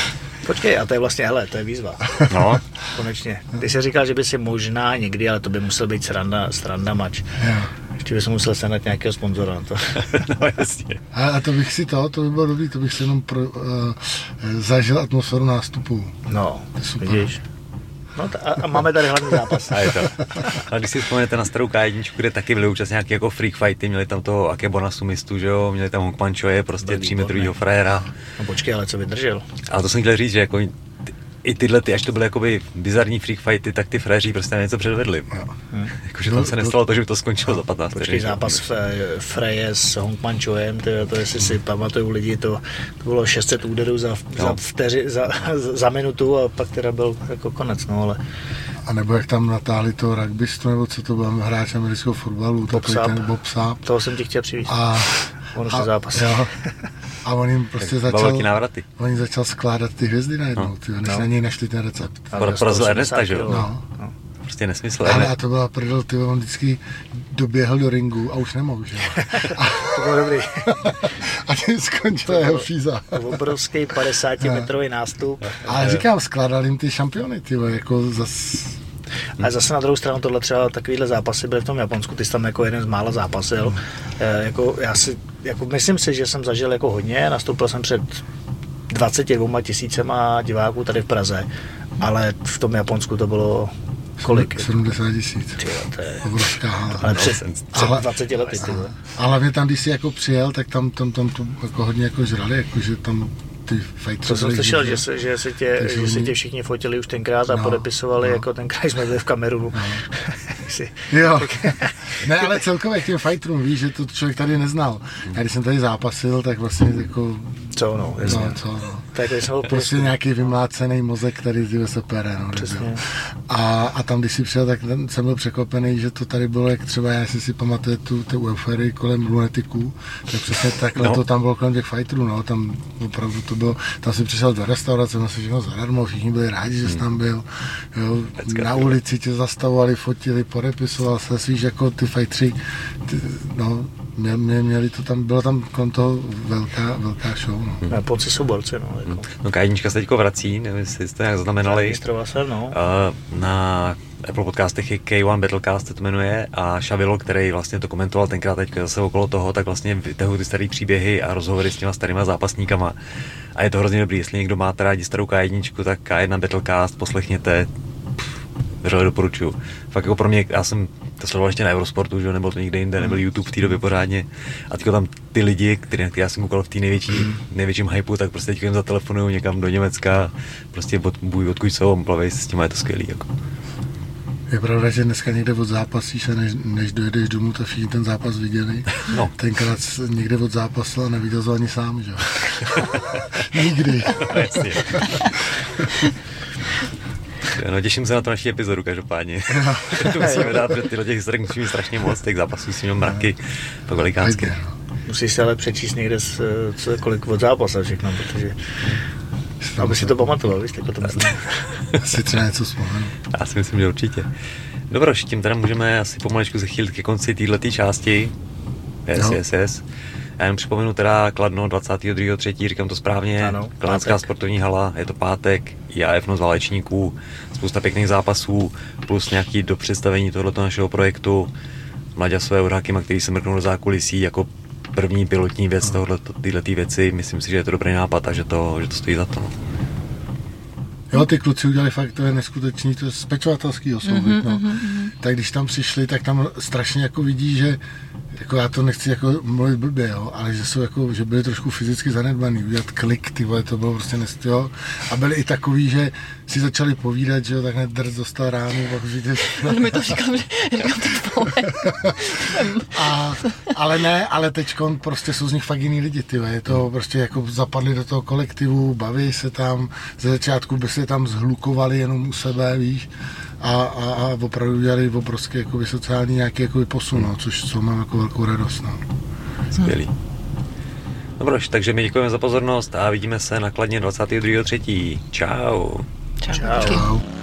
Počkej, a to je vlastně, hele, to je výzva. No. Konečně. Ty jsi říkal, že by si možná někdy, ale to by musel být sranda, sranda mač. Ještě bys musel sehnat nějakého sponzora na to. No jasně. A, a to bych si to, to by bylo dobrý, to bych si jenom pro, uh, zažil atmosféru nástupu. No, vidíš. No t- a, a máme tady hlavní zápas. A je to. A když si vzpomenete na starou K jedna, kde taky byly účast nějaké jako freak fighty, měli tam toho Akebona Sumistu, že jo, měli tam Hong Pan Choje, prostě třímetrovýho frajera. No počkej, ale co vydržel? Ale to jsem chtěl říct, že jako i tyhle, ty, až to byly jakoby bizarní freak fighty, tak ty frajeři prostě něco předvedli. Hmm. Jakože tam se nestalo to, že by to skončilo za patnáct. Počkej, zápas Freje s Hong Man Chojem, to, to jestli si pamatuju lidi, to, to bylo šest set úderů za, no. za, vteři, za, za minutu a pak teda byl jako konec, no ale... A nebo jak tam natáhli toho rugbystu, nebo co to byl hráč amerického fotbalu, takový ten Bob Sapp. Toho jsem ti chtěl přivést. A, on už zápas. Jo. A on jim prostě tak začal, on jim začal skládat ty hvězdy najednou, no. tyjo, než no. na něj našli ten recept. Porazil Ernesta, že jo? No. no. Prostě nesmysl. Ale a to byla prdel, ty on vždycky doběhl do ringu a už nemohl, že jo? To bylo dobrý. A tím skončila jeho fíza. Obrovský padesátimetrový nástup. Ale říkám, skládal jim ty šampiony, ty jako zas... Ale zase na druhou stranu tohle třeba takovýhle zápasy byly v tom Japonsku, ty jsi tam jako jeden z mála zápasil. Hmm. E, jako já si, jako myslím si, že jsem zažil jako hodně, nastoupil jsem před dvaceti dvěma tisícema diváků tady v Praze, ale v tom Japonsku to bylo kolik? sedmdesát tisíc. To je obrovská hala. Ale před, před dvaceti lety. A hlavně tam, když jsi jako přijel, tak tam, tam, tam, tam jako hodně jako žrali, jakože tam ty fightři. To jsem slyšel, že, se, že, se tě, že oni... se tě všichni fotili už tenkrát a no, podepisovali, no. jako tenkrát jsme byli v Kamerunu. No. Jo, ne, ale celkově k těm fighterům, víš, že to člověk tady neznal. A když jsem tady zápasil, tak vlastně jako... Co, no, jasně. No, co, no. Tak, jsem prostě prostě nějaký vymlácený mozek tady z se pere, no. Přesně. A, a tam, když si přijel, tak jsem byl překvapený, že to tady bylo, jak třeba, já si si pamatuju tu, tu euforii kolem lunetiků, tak přesně takhle no. to tam bylo kolem těch fighterů, no, tam opravdu to bylo, tam si přišel do restaurace, no si všechno zadarmo, všichni byli rádi, že jsi tam byl, jo, na ulici tě zastavovali, fotili, podepisoval se, víš, jako ty fightři, ty, no, Mě, mě, měli to tam, byla tam kolem toho velká, velká show, no. Hmm. Polci jsou borci, no. Jako. No K jedna se teďko vrací, nevím, jestli jste nějak zaznamenali. Registroval jsem, no. Uh, na Apple podcastech je K jedna Battlecast, se to jmenuje, a Šavilo, který vlastně to komentoval tenkrát teďka zase okolo toho, tak vlastně vytahují ty staré příběhy a rozhovory s těma starýma zápasníkama. A je to hrozně dobrý, jestli někdo máte rádi starou K jedna, tak K jedna Battlecast, poslechněte. Vřele doporučuju. Fakt jako pro mě, já jsem to sledoval ještě na Eurosportu, že nebyl to nikde jinde, nebyl YouTube v té době pořádně. A teďko tam ty lidi, který, který já jsem koukal v té největší, největším hypeu, tak prostě teďko jim zatelefonují někam do Německa, prostě od, buď odkud jsou, plavej s tím, je to skvělý. Jako. Je pravda, že dneska někde od zápasíš a než, než dojedeš domů, tak všichni ten zápas viděli. No. Tenkrát někde od zápasu a neviděl to ani sám, že jo. Nikdy. No, těším se na to naší epizodu každopádně. To musíme dát, protože tyhle těch historik musí mít strašně moc, těch zápasů si měl mraky, pak velikánský. Musíš se ale přečíst někde, co, kolik od zápasu všechno, protože aby si to pamatoval, víš, tak to myslím. Asi třeba něco vzpomenu. Já si myslím, že určitě. Dobro, tím teda můžeme asi pomalečku zachylit ke konci této části. Yes, no. yes, yes. Já jen připomenu teda Kladno dvacátého druhého třetího říkám to správně, ano, Kladská sportovní hala, je to pátek, I A F Noc válečníků, spousta pěkných zápasů, plus nějaký dopředstavení tohoto našeho projektu, mlaďasové urháky, který se mrknou do zákulisí jako první pilotní věc tohoto, tyhleté věci, myslím si, že je to dobrý nápad a že to, že to stojí za to. No. Jo, ty kluci udělali fakt, to je neskutečný, to je z pečovatelského souvět, mm-hmm, no. mm-hmm. Tak když tam přišli, tak tam strašně jako vidí, že jako já to nechci jako mluvit blbě, jo, ale že jsou jako, že byli trošku fyzicky zanedbaný, udělat klik, ty vole, to bylo prostě nest, jo. A byli i takový, že si začali povídat, že jo, tak hned drz dostal ránu, pak vidíš. On mi to říkal, že říkal to a, ale ne, ale teďkon prostě jsou z nich fakt jiný lidi, ty vole, je to prostě jako zapadli do toho kolektivu, baví se tam, ze začátku by se tam zhlukovali jenom u sebe, víš. A, a, a opravdu dělali obrovský jakoby, sociální nějaký jakoby, posun, no, což co mám jako velkou radost. No. Skvělý. Dobroš, takže my děkujeme za pozornost a vidíme se na Kladně dvacátého druhého třetího Čau. Čau. Čau. Čau.